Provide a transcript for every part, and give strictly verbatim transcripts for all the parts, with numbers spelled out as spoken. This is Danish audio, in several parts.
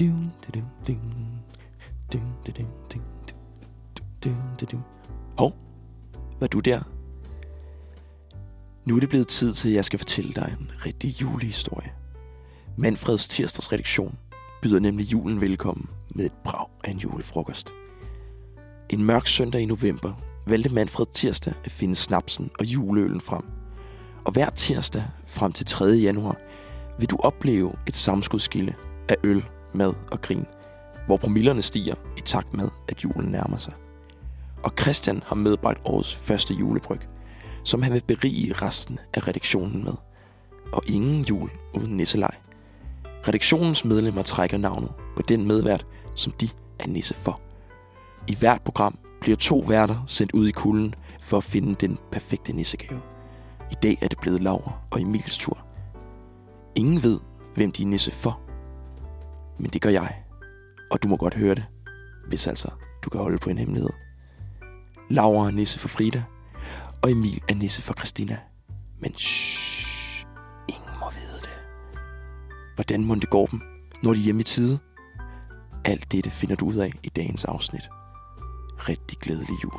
Hov, var du der? Nu er det blevet tid til, at jeg skal fortælle dig en rigtig julehistorie. Manfreds tirsdagsredaktion byder nemlig julen velkommen med et brag af en julefrokost. En mørk søndag i november valgte Manfred tirsdag at finde snapsen og juleølen frem. Og hver tirsdag frem til tredje januar vil du opleve et sammenskudskilde af øl, mad og grin, hvor promillerne stiger i takt med, at julen nærmer sig. Og Christian har medbragt årets første julebryg, som han vil berige resten af redaktionen med. Og ingen jul uden nisselej. Redaktionens medlemmer trækker navnet på den medvært, som de er nisse for. I hvert program bliver to værter sendt ud i kulden for at finde den perfekte nissegave. I dag er det blevet Laura og Emils tur. Ingen ved, hvem de er nisse for. Men det gør jeg. Og du må godt høre det, hvis altså du kan holde på en hemmelighed. Laura er nisse for Frida, og Emil er nisse for Christina. Men shh, ingen må vide det. Hvordan må det gå dem, når de er hjemme i tide? Alt dette finder du ud af i dagens afsnit. Rigtig glædelig jul.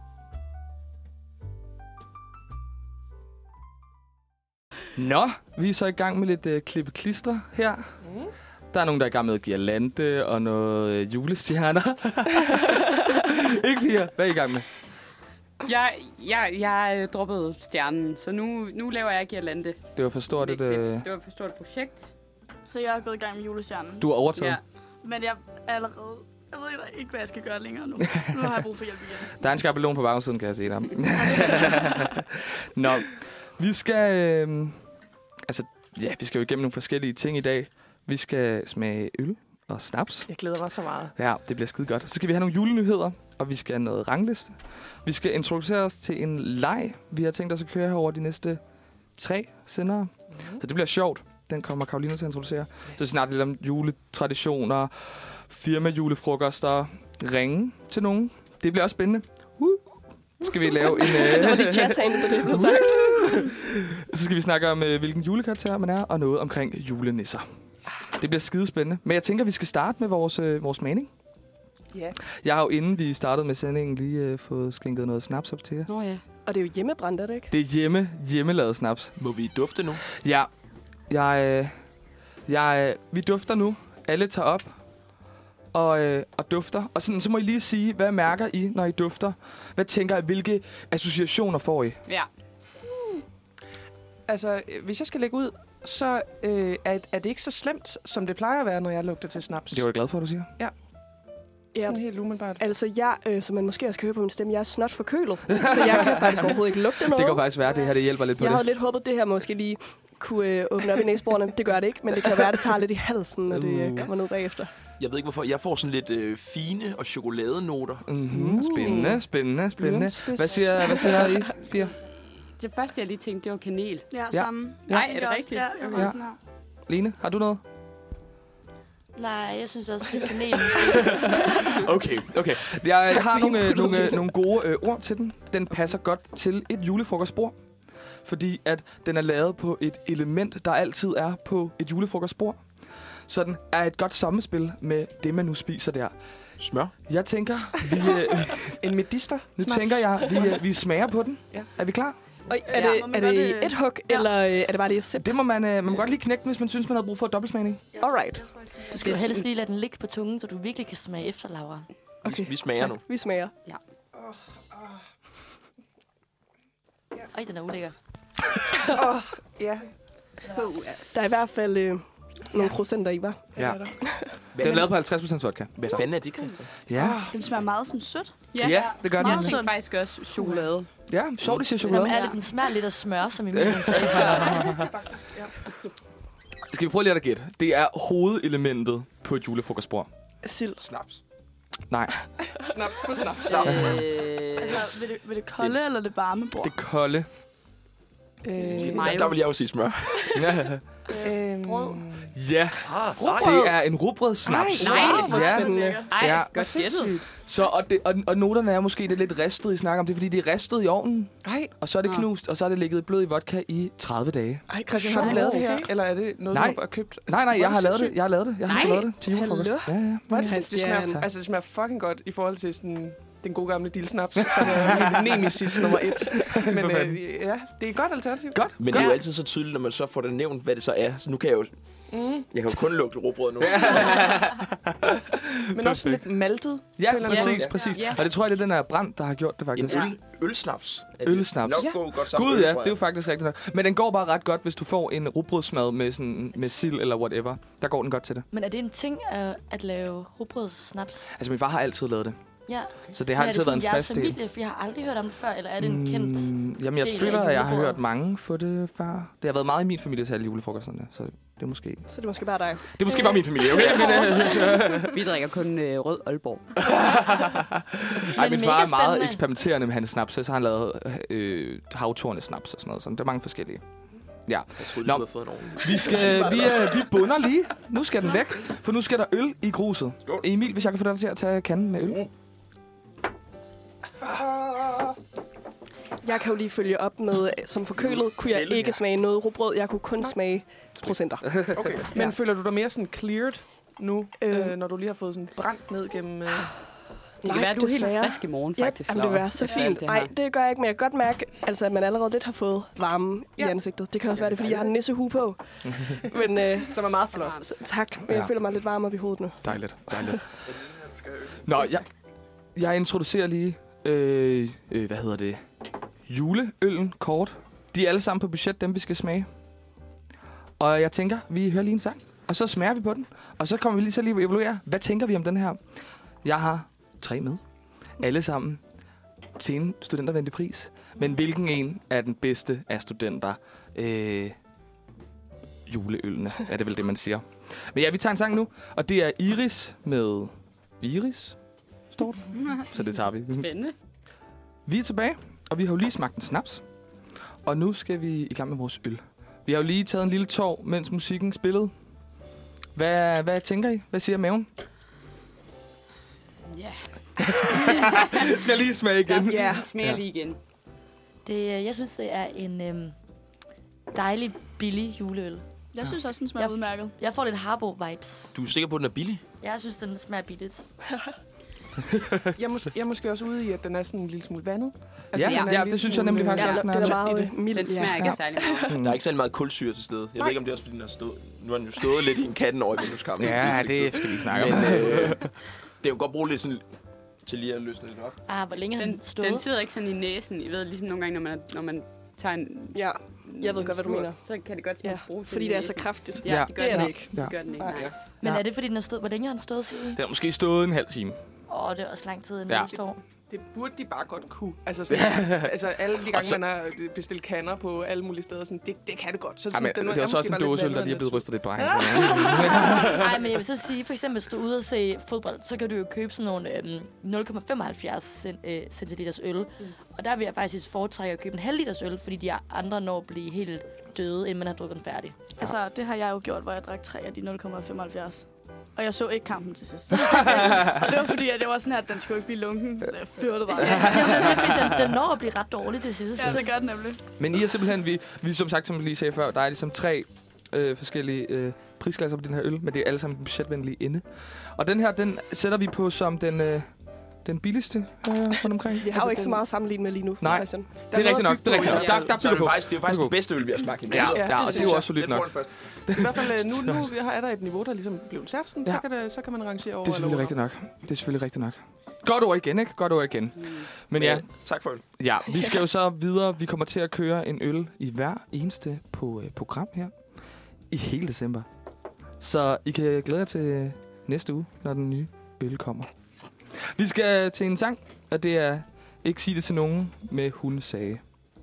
Nå, vi er så i gang med lidt øh, klippe-klister her. Mm. Der er nogen, der er i gang med girlande og noget øh, julestjerner. Ikke, Pia? Hvad er I i gang med? Jeg, jeg, jeg droppede stjernen, så nu, nu laver jeg girlande. Det var for stort et... Øh... Det var for stort et projekt. Så jeg er gået i gang med julestjernen. Du har overtaget? Ja. Men jeg er allerede... Jeg ved ikke, hvad jeg skal gøre længere nu. Nu har jeg brug for hjælp igen. Der er en skabelon på bagsiden, kan jeg se dig. Nå, vi skal... Øh... Altså, ja, vi skal jo igennem nogle forskellige ting i dag. Vi skal smage øl og snaps. Jeg glæder mig så meget. Ja, det bliver skide godt. Så skal vi have nogle julenyheder, og vi skal have noget rangliste. Vi skal introducere os til en leg, vi har tænkt os at køre her over de næste tre sendere. Mm. Så det bliver sjovt. Den kommer Karoline til at introducere. Så snart lidt om juletraditioner, firma-julefrokoster, ringe til nogen. Det bliver også spændende. Uh. Skal vi lave en... Uh... det var lige jazzhands, der det blev sagt. Så skal vi snakke om, hvilken julekarakter man er, og noget omkring julenisser. Det bliver skide spændende. Men jeg tænker, vi skal starte med vores, øh, vores mening. Ja. Yeah. Jeg har jo, inden vi startede med sendingen, lige øh, fået skænket noget snaps op til jer. Nå ja. Og det er jo hjemmebrændt, er det ikke? Det er hjemme, hjemmelavet snaps. Må vi dufte nu? Ja. Jeg, øh, jeg, øh, vi dufter nu. Alle tager op og, øh, og dufter. Og sådan, så må I lige sige, hvad mærker I, når I dufter? Hvad tænker I, hvilke associationer får I? Ja. Hmm. Altså, hvis jeg skal lægge ud, så øh, er, er det ikke så slemt, som det plejer at være, når jeg lugter til snaps. Det var jeg glad for, at du siger. Ja. Ja. Sådan helt umiddelbart. Altså, jeg, øh, som man måske også kan høre på min stemme, jeg er snot forkølet, så jeg kan faktisk overhovedet ikke lugte noget. Det kan faktisk være, det her det hjælper lidt på jeg det. Jeg havde lidt håbet, det her måske lige kunne øh, åbne op i næseborene. Det gør det ikke, men det kan være, det tager lidt i halsen, når det øh, kommer ned bagefter. Jeg ved ikke, hvorfor. Jeg får sådan lidt øh, fine og chokoladenoter. Mm-hmm. Uh. Spændende, spændende, spændende. Hvad siger, hvad siger I, Pia? Det første, jeg lige tænkte, det var kanel. Ja, ja. samme. Ja. Nej, er det rigtigt? Ja, jeg var ja. sådan her. Line, har du noget? Nej, jeg synes også, det er kanel. Okay, okay. Jeg tak har nogle, nogle, nogle gode øh, ord til den. Den passer godt til et julefrokostbord. Fordi at den er lavet på et element, der altid er på et julefrokostbord. Så den er et godt sammenspil med det, man nu spiser der. Smør? Jeg tænker, vi... Øh, en medister? Nu Snaps. tænker jeg, vi, øh, vi smager på den. Ja. Er vi klar? Og er det, ja, er det et hug, ja. eller øh, er det bare det, sip? Det må man, øh, man må godt lige knække den, hvis man synes, man har brug for et dobbeltsmagning. Alright. Du skal jo helst lige lade den ligge på tungen, så du virkelig kan smage efter, Laura. Okay. Vi, vi smager tak. nu. Vi smager. Ja. Oh, oh. Ja. Ej, den er ulækker. Åh, oh, ja. Der er i hvert fald øh, nogle ja. procenter i, hva'? Ja. Den er lavet på halvtreds procent vodka. Hvad fanden er det, Christian? Ja. Oh, den smager meget sådan sødt. Ja, ja det gør den. Jeg tænker faktisk også chokolade. Ja, sjovt, det siger chokolade. Jamen, ærligt, den smager lidt af smør, som i min sagde. Faktisk, ja. Skal vi prøve lige at gætte? Det er hovedelementet på et julefrokostbord. Sild. Snaps. Nej. Snaps på snaps. Øh, altså, vil det, vil det kolde det, eller det varme bord? Det kolde. Øh, der vil jeg jo sige smør. Ja. øhm, Brød. Ja, Rugbrød. det er en rugbrødssnaps. Nej, hvor Ja. spændende. Ej, Ja. godt gættet. Så, og, det, og, og noterne er måske det lidt ristet, I snakker om. Det er, fordi det er ristet i ovnen, Ej, og så er det Nå. knust, og så er det ligget blød i vodka i tredive dage. ej, Christian, har du lavet det her? Eller er det noget, Nej. du har købt? Nej, nej, Hvor jeg er har lavet det. sindssygt. Jeg har lavet det. Jeg har Nej. lavet det til julefrokost. Hallo? Ja, ja. Hvor er det sindssygt. Det smager, Christian. altså, det smager fucking godt i forhold til sådan den gode gamle dillsnaps, som er nemesis nummer et. Men øh, ja, det er et godt alternativ. Godt. Men det er jo altid så tydeligt, når man så får det nævnt, hvad det så er. Så nu kan jeg jo... Mm. Jeg kan jo kun lugte rugbrød nu. Men også sådan lidt maltet. Ja, på en eller anden præcis, måde. præcis. Ja. Og det tror jeg, det er den her brand, der har gjort det En faktisk. øl, ølsnaps. Er det Ølsnaps. Nok Ja. gå godt sammen Gud med øl, ja, tror det er jo jeg. faktisk rigtigt nok. Men den går bare ret godt, hvis du får en rugbrødsmad med, sådan, med sild eller whatever. Der går den godt til det. Men er det en ting at, at lave rugbrødssnaps? Altså, min far har altid lavet det. Ja. Så det har Men er altid det været en sådan jeres fast del. familie? For jeg har aldrig hørt om det før, eller er det en kendt? Mm, jamen, jeg del af føler, at jeg har julebordet? hørt mange få det før. Det har været meget i min familie til alle julefrokosterne, så det er måske... Så det er måske bare dig. Det er måske bare min familie, okay? Men, øh, Vi drikker kun øh, rød Aalborg. Ej, min Men far mega er meget spændende. eksperimenterende med hans snaps, så har han lavet øh, havtorne snaps og sådan noget. Så der er mange forskellige. Ja. Jeg troede, Nå. du havde fået en ordentlig. Vi skal, vi, øh, vi bunder lige. Nu skal den væk, for nu skal der øl i gruset. Skål. Emil, hvis jeg kan få dig til at tage kanden med øl. Jeg kan jo lige følge op med, som forkølet kunne jeg ikke smage noget rugbrød. Jeg kunne kun smage procenter. Okay. Men Ja. føler du dig mere sådan cleared nu, Øh. øh, når du lige har fået sådan brændt ned gennem... Øh... Det kan være, du er helt frisk i morgen, Ja, faktisk. jamen, det vil være så Laura, efter alt fint. det Nej, her. det gør jeg ikke, men jeg kan godt mærke, altså, at man allerede lidt har fået varme ja. i ansigtet. Det kan også være, det er, fordi jeg har en nissehue på. men, øh, Som er meget flot. så, tak, men jeg Ja. føler mig lidt varm op i hovedet nu. Dejligt, dejligt. Nå, jeg, jeg introducerer lige, øh, øh, hvad hedder det, juleøllen kort. De er alle sammen på budget, dem vi skal smage. Og jeg tænker, vi hører lige en sang, og så smager vi på den. Og så kommer vi lige så lige at evaluere, hvad tænker vi om den her? Jeg har tre med. Alle sammen til en studentervenlig pris. Men hvilken en er den bedste af studenter? Øh, juleølene, er det vel det, man siger. Men ja, vi tager en sang nu, og det er Iris med Iris, står det. Så det tager vi. Spændende. Vi er tilbage, og vi har jo lige smagt en snaps. Og nu skal vi i gang med vores øl. Vi har jo lige taget en lille tår, mens musikken spillede. Hvad, hvad tænker I? Hvad siger maven? Ja. Skal jeg lige smage igen? Ja. Vi smager Ja. lige igen. Det, øh, jeg synes, det er en øhm, dejlig, billig juleøl. Jeg synes også, den smager Jeg- udmærket. Jeg får lidt Harbo-vibes. Du er sikker på, at den er billig? Jeg synes, den smager billigt. Jeg er, mås- jeg er måske også ude i, at den er sådan en lille smule vandet. Ja, den er ja, en det lille synes jeg smule, nemlig faktisk øh, også, Den den er er. meget mild. Den smager ikke ja. særlig meget. Der er ikke særlig meget kulsyre til stede. Jeg ved ikke, om det er også, fordi den har stået... Nu har den jo stået lidt i en katten over i vindueskampen. Ja, det skal vi snakke om. Men øh, det er jo godt bruge lidt sådan til lige at løsne lidt op. Ah, hvor længe har den Den, stået? den sidder ikke sådan i næsen. I ved, ligesom nogle gange, når man, når man tager en... Ja, jeg ved godt, hvad du slurk, mener. Så kan det godt sådan Ja, bruge fordi det er så kraftigt. Ja, Ja. det gør Det er den det ikke. ikke. Ja. Det gør den ikke, Nej. nej. Men Ja. er det, fordi den har stået? Hvor længe har den stået, siger I? Den har måske stået en halv time. Åh, det er også lang tid, inden Ja. den står. Det burde de bare godt kunne. Altså, sådan, altså alle de Og gange, så- man har bestilt kanner på alle mulige steder, sådan, det, det kan det godt. Så, Ja, men den det er også også en dåseøl, der lige er blevet rystet lidt på egen. Nej, men jeg vil så sige, for eksempel, hvis du er ude og se fodbold, så kan du jo købe sådan nogle øhm, nul komma femoghalvfjerds cent- øh, centiliters øl. Mm. Og der vil jeg faktisk foretrække at købe en halv liters øl, fordi de andre når at blive helt døde, inden man har drukket den færdig. Altså, det har jeg jo gjort, hvor jeg drak tre af de nul komma femoghalvfjerds. Og jeg så ikke kampen til sidst. Og det var fordi, at jeg var sådan her, at den skulle ikke blive lunken. Så jeg fyrte bare. Ja, den, den når at blive ret dårlig til sidst. Ja, det gør den nemlig. Men I er simpelthen, vi, vi som sagt, som vi lige sagde før, der er ligesom tre øh, forskellige øh, prisklasser på den her øl, men det er alle sammen den budgetvenlige ende. Og den her, den sætter vi på som den, øh, den billigste øh, rundt omkring. Vi har Altså, jo ikke så den- meget sammenlignet med lige nu. Nej. Christian. Det er rigtigt nok, det er rigtigt nok. Der, der Så er bliver det på. faktisk, det er jo faktisk den bedste øl, vi har smagt. Ja, Ja, ja, det og det synes er jo jeg. også solidt Den får nok. den først. I hvert fald, øh, nu, nu er der et niveau, der ligesom blev sat, sådan, Ja. så, kan det, så kan man rangere over. Det er selvfølgelig eller rigtigt nok. Det er selvfølgelig rigtigt nok. Godt ord igen, ikke? Godt ord igen. Men ja, Tak for øl. ja, vi skal jo så videre. Vi kommer til at køre en øl i hver eneste på øh, program her i hele december. Så I kan glæde jer til øh, næste uge, når den nye øl kommer. Vi skal til en sang, og det er Ikke sige det til nogen med hundesage.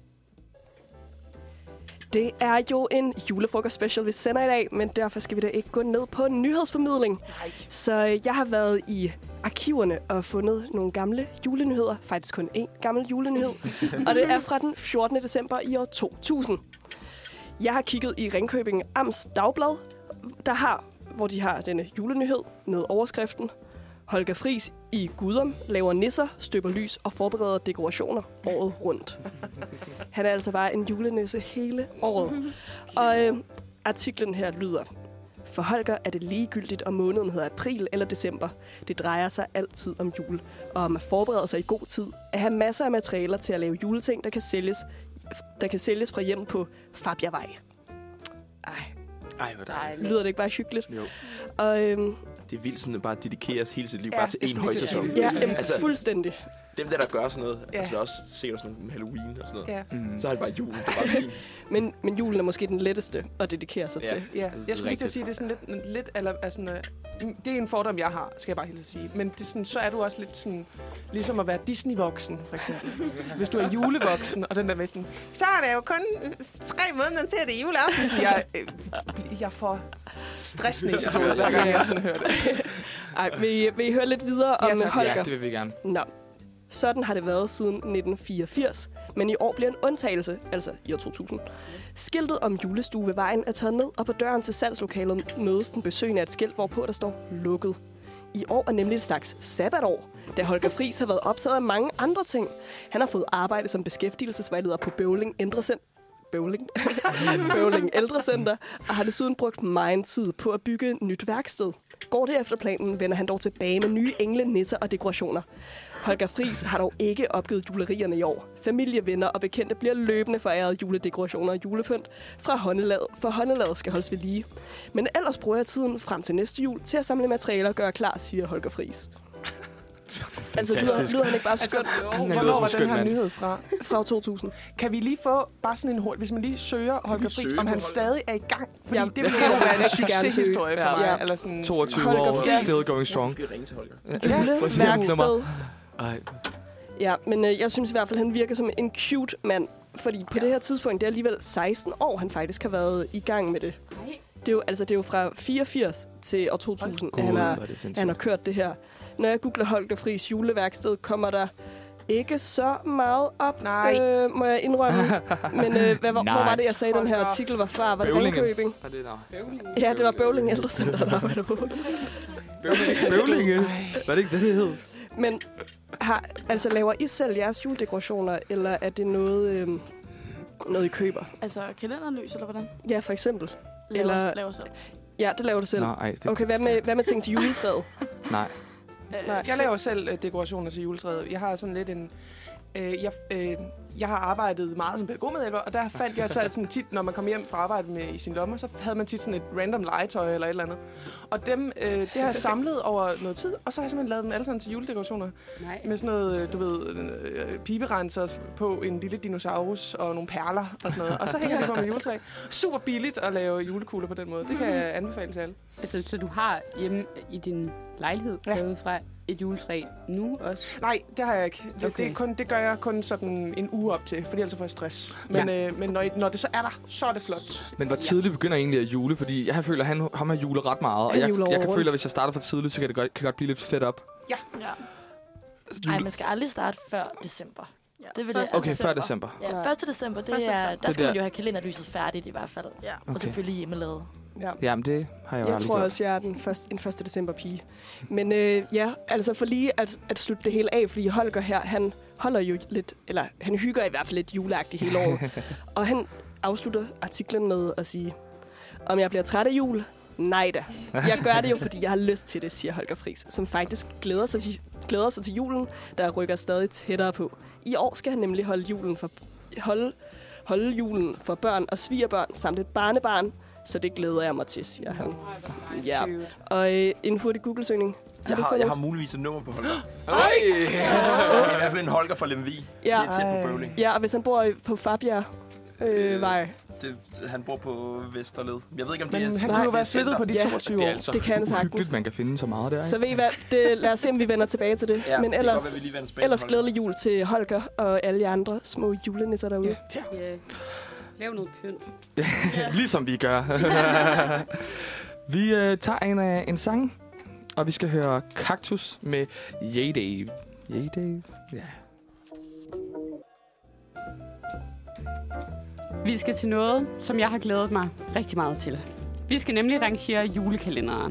Det er jo en julefrokost special, vi sender i dag, men derfor skal vi da ikke gå ned på en nyhedsformidling. Nej. Så jeg har været i arkiverne og fundet nogle gamle julenyheder. Faktisk kun én gammel julenyhed. Og det er fra den fjortende december i år to tusind. Jeg har kigget i Ringkøbing Amts Dagblad, der har, hvor de har denne julenyhed med overskriften: Holger Friis i Gudum laver nisser, støber lys og forbereder dekorationer året rundt. Han er altså bare en julenisse hele året. Og øh, artiklen her lyder: For Holger er det ligegyldigt, om måneden hedder april eller december. Det drejer sig altid om jul, og om at forberede sig i god tid, at have masser af materialer til at lave juleting, der kan sælges, der kan sælges fra hjem på Fabiavej. Ej, Ej, hvor dejligt. lyder det ikke bare hyggeligt? Jo. Og øhm, Det er vildt sådan at bare dedikere hele sit liv Ja, bare til jeg én skulle lige sige højsæson. det. ja, Jeg skulle jamen, lige altså- fuldstændig. Dem der, der gør sådan noget, Ja. altså også ser sådan noget med Halloween og sådan noget. Ja. Mm. Så er det bare jul. Det er bare fint. Men, men julen er måske den letteste at dedikere sig Ja. til. Ja, jeg skulle lige til Rigtigt. at sige, det er sådan lidt, lidt eller, altså, øh, det er en fordom, jeg har, skal jeg bare helt sige. Men det er sådan, så er du også lidt sådan, ligesom at være Disney-voksen, for eksempel. Hvis du er julevoksen, og den der med sådan, så er det jo kun tre måneder til, at det er juleaften. Så Jeg, øh, jeg får stressnæse på, hver gang jeg sådan hører det. Ej, vil I, vil I høre lidt videre om Ja, tak. Holger? Ja, det vil vi gerne. Nå. Sådan har det været siden nitten fireogfirs, men i år bliver en undtagelse, altså i år to tusind. Skiltet om julestue ved vejen er taget ned, og på døren til salgslokalet mødes den besøgende af et skilt, hvorpå der står lukket. I år er nemlig et slags sabbatår, da Holger Friis har været optaget af mange andre ting. Han har fået arbejde som beskæftigelsesvejleder på Bøvling Ældrecenter, Bøvling. Bøvling Ældrecenter, og har desuden brugt meget tid på at bygge et nyt værksted. Går det efter planen, vender han dog tilbage med nye engle, nisser og dekorationer. Holger Friis har dog ikke opgivet julerierne i år. Familie, venner og bekendte bliver løbende foræret juledekorationer og julepynt fra håndelaget, for håndelaget skal holdes ved lige. Men ellers bruger jeg tiden frem til næste jul til at samle materialer og gøre klar, siger Holger Friis. Altså, lyder, lyder han ikke bare skønt Altså, lyder hvornår som var skøn den her mand. nyhed fra? fra år to tusind? Kan vi lige få bare sådan en hurtig, hvis man lige søger Holger Friis, søge om på han Holger? stadig er i gang? Fordi Ja, det det vil vil jo jeg være en rigtig gerne søge. succeshistorie for Ja. mig. Eller sådan, toogtyve Holger år, Friis. still going strong. Måske ringe til Holger. Juleværksted. Ej. Ja, men øh, jeg synes i hvert fald, han virker som en cute mand. Fordi på ja. det her tidspunkt, det er alligevel seksten år, han faktisk har været i gang med det. Det er jo, altså, det er jo fra fireogfirs til år to tusind, at han har, hvor er det sindssygt. han har kørt det her. Når jeg googler Holger Friis juleværksted, kommer der ikke så meget op, Nej. Øh, må jeg indrømme. Men øh, hvad, hvor, hvor var det, jeg sagde, den her Holger. artikel var fra? Var det Bøvlingen. Ringkøbing? Er det der? Ja, det var Bøvling Ældrecenter, der arbejdede på. Bøvlinge. Var det ikke det, det hed? Men har, altså, laver I selv jeres juledekorationer, eller er det noget, øh, noget I køber? Altså kalenderlys, eller hvordan? Ja, for eksempel. Laver, Eller- laver selv. Ja, det laver du selv. Nå, ej, det Okay, hvad med, hvad med ting til juletræet? Nej. Øh, Nej. Jeg laver selv øh, dekorationer til juletræet. Jeg har sådan lidt en... Øh, jeg, øh, jeg har arbejdet meget som pædagogmedhjælper, og der fandt jeg så at sådan tit, når man kom hjem fra arbejde med i sin lomme, så havde man tit sådan et random legetøj eller et eller andet. Og dem, øh, det har jeg samlet over noget tid, og så har jeg simpelthen lavet dem alle sammen til juledekorationer. Nej. Med sådan noget, øh, du ved, øh, piberenser på en lille dinosaurus og nogle perler og sådan noget. Og så hænger det på med juletræ. Super billigt at lave julekugler på den måde. Det kan jeg anbefale til alle. Altså, så du har hjemme i din lejlighed Ja. lavet fra et juletræ nu også? Nej, det har jeg ikke. Det, Okay. okay. det, er kun, det gør jeg kun sådan en uge op til, fordi ellers får jeg stress. Men, ja. øh, men når, når det så er der, så er det flot. Men hvor tidligt begynder egentlig at jule? Fordi jeg føler, at han, ham har julet ret meget. Og Han jeg, juler jeg kan over føle, at hvis jeg starter for tidligt, så kan det godt, kan godt blive lidt fedt op. Ja. Altså, du- Nej, man skal aldrig starte før december. Ja. Det vil jeg Okay, altså- før december. Ja, Nej. første december, det Første er, december. der Det skal man der- jo have kalenderlyset færdigt i hvert fald. Ja. Og Okay. selvfølgelig hjemmelavet. Ja. Jamen, det har jeg jo Jeg aldrig tror gjort. også, jeg er den første, en første december pige. Men øh, ja, altså for lige at, at slutte det hele af, fordi Holger her, han holder jo lidt, eller han hygger i hvert fald lidt juleagtigt hele året. Og han afslutter artiklen med at sige, om jeg bliver træt af jul? Nej da. Jeg gør det jo, fordi jeg har lyst til det, siger Holger Friis, som faktisk glæder sig til, glæder sig til julen, der rykker stadig tættere på. I år skal han nemlig holde julen for, holde, holde julen for børn og svigerbørn samt et barnebarn, så det glæder jeg mig til, siger han. Ja. Cute. Og øh, en hurtig Google-søgning. Jeg du har, fundet- jeg har muligvis et nummer på Holger. Ej! I hvert fald en Holger fra Lemvig. Ja. Det er tæt på Bøvling. Ja, og hvis han bor i- på Fabjerg øh, vej, Det, han bor på Vesterled. Jeg ved ikke, om det Men er... han det skulle jo er være center. flyttet på de Ja. toogtyve Det er år. altså Det kan han sagtens. uhyggeligt, man kan finde så meget der, ikke? så ved I hvad, det, lad os se, om vi vender tilbage til det. Ja, Men det kan ellers, godt være, vi lige vender tilbage ellers til Holger. glædelig jul til Holger og alle de andre små julenisser derude. Ja. Ja. Lav noget pynt. Ligesom vi gør. vi øh, tager en, øh, en sang, og vi skal høre Kaktus med Yay Dave. Yay Dave? Ja. Vi skal til noget, som jeg har glædet mig rigtig meget til. Vi skal nemlig rangere julekalendere.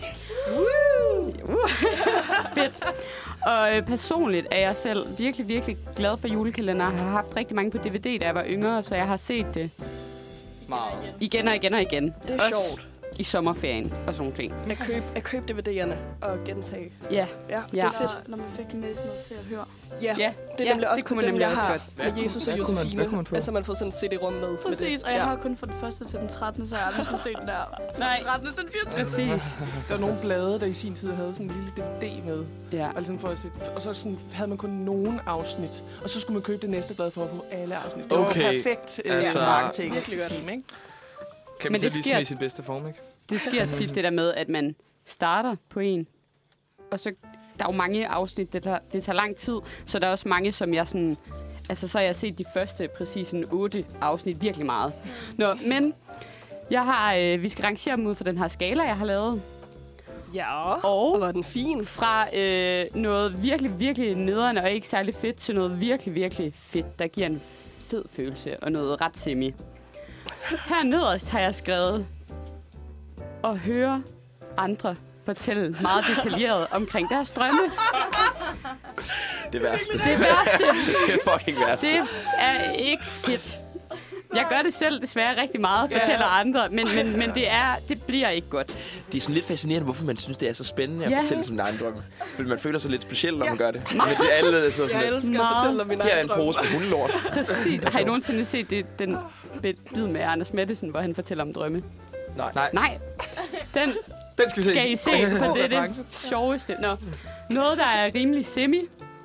Uh. Fedt. Og øh, personligt er jeg selv virkelig, virkelig glad for julekalendere. Jeg har haft rigtig mange på D V D, da jeg var yngre, så jeg har set det Meget. igen og igen og igen. Det er Også sjovt. i sommerferien og sådan nogle ting. At købe, at købe D V D'erne og gentage. Ja, Ja, Ja. det er fedt. Når man fik dem med i sådan noget Se og Hør. Ja, ja. det er Ja, nemlig også det kunne kun man dem, nemlig jeg også har godt. med Jesus og Hvad kunne man- Josefine. hvad kunne man få? Altså, man får sådan et C D-rom med. med Præcis, det. og jeg Ja. har kun fra den første til den trettende, så jeg har aldrig så set den der. Nej. trettende til den fireogtyvende. Præcis. Der var nogle blade, der i sin tid havde sådan en lille D V D med. Ja. Og, ligesom for at se, og så sådan havde man kun nogen afsnit. Og så skulle man købe det næste blad for at få alle afsnit. Det Okay. var perfekt øh, Altså- marketing. Virkelig godt. Scheme, ikke? Kan Men man så det vise sker- dem i sin bedste form, ikke? Det sker tit det der med, at man starter på en, og så der er jo mange afsnit, det tager, det tager lang tid, så der er også mange, som jeg sådan, altså så har jeg set de første præcis sådan otte afsnit virkelig meget. Nå, men jeg har, øh, vi skal rangere dem ud fra den her skala, jeg har lavet, Ja, og og var den fin. fra øh, noget virkelig, virkelig nederen og ikke særlig fedt, til noget virkelig, virkelig fedt, der giver en fed følelse og noget ret semi. Her nederst har jeg skrevet at høre andre fortælle meget detaljeret omkring deres drømme. Det værste. Det værste, Det er fucking værste. det er ikke fedt. Jeg gør det selv desværre rigtig meget, fortæller andre, men, men, men det, er, det bliver ikke godt. Det er sådan lidt fascinerende, hvorfor man synes, det er så spændende at Ja. fortælle sin egen drømme. Fordi man føler sig lidt speciel, når man gør det. Men det er alle, der sidder sådan Jeg lidt. elsker at Meget. fortælle om min Her er egen en drøm. pose med hundelort. Præcis. Har I nogensinde set det, den bid med Anders Mattesen, hvor han fortæller om drømme? Nej. Nej. Nej. Den Den skal vi se. skal I se, for det er det sjoveste. Nå. Noget, der er rimelig semi,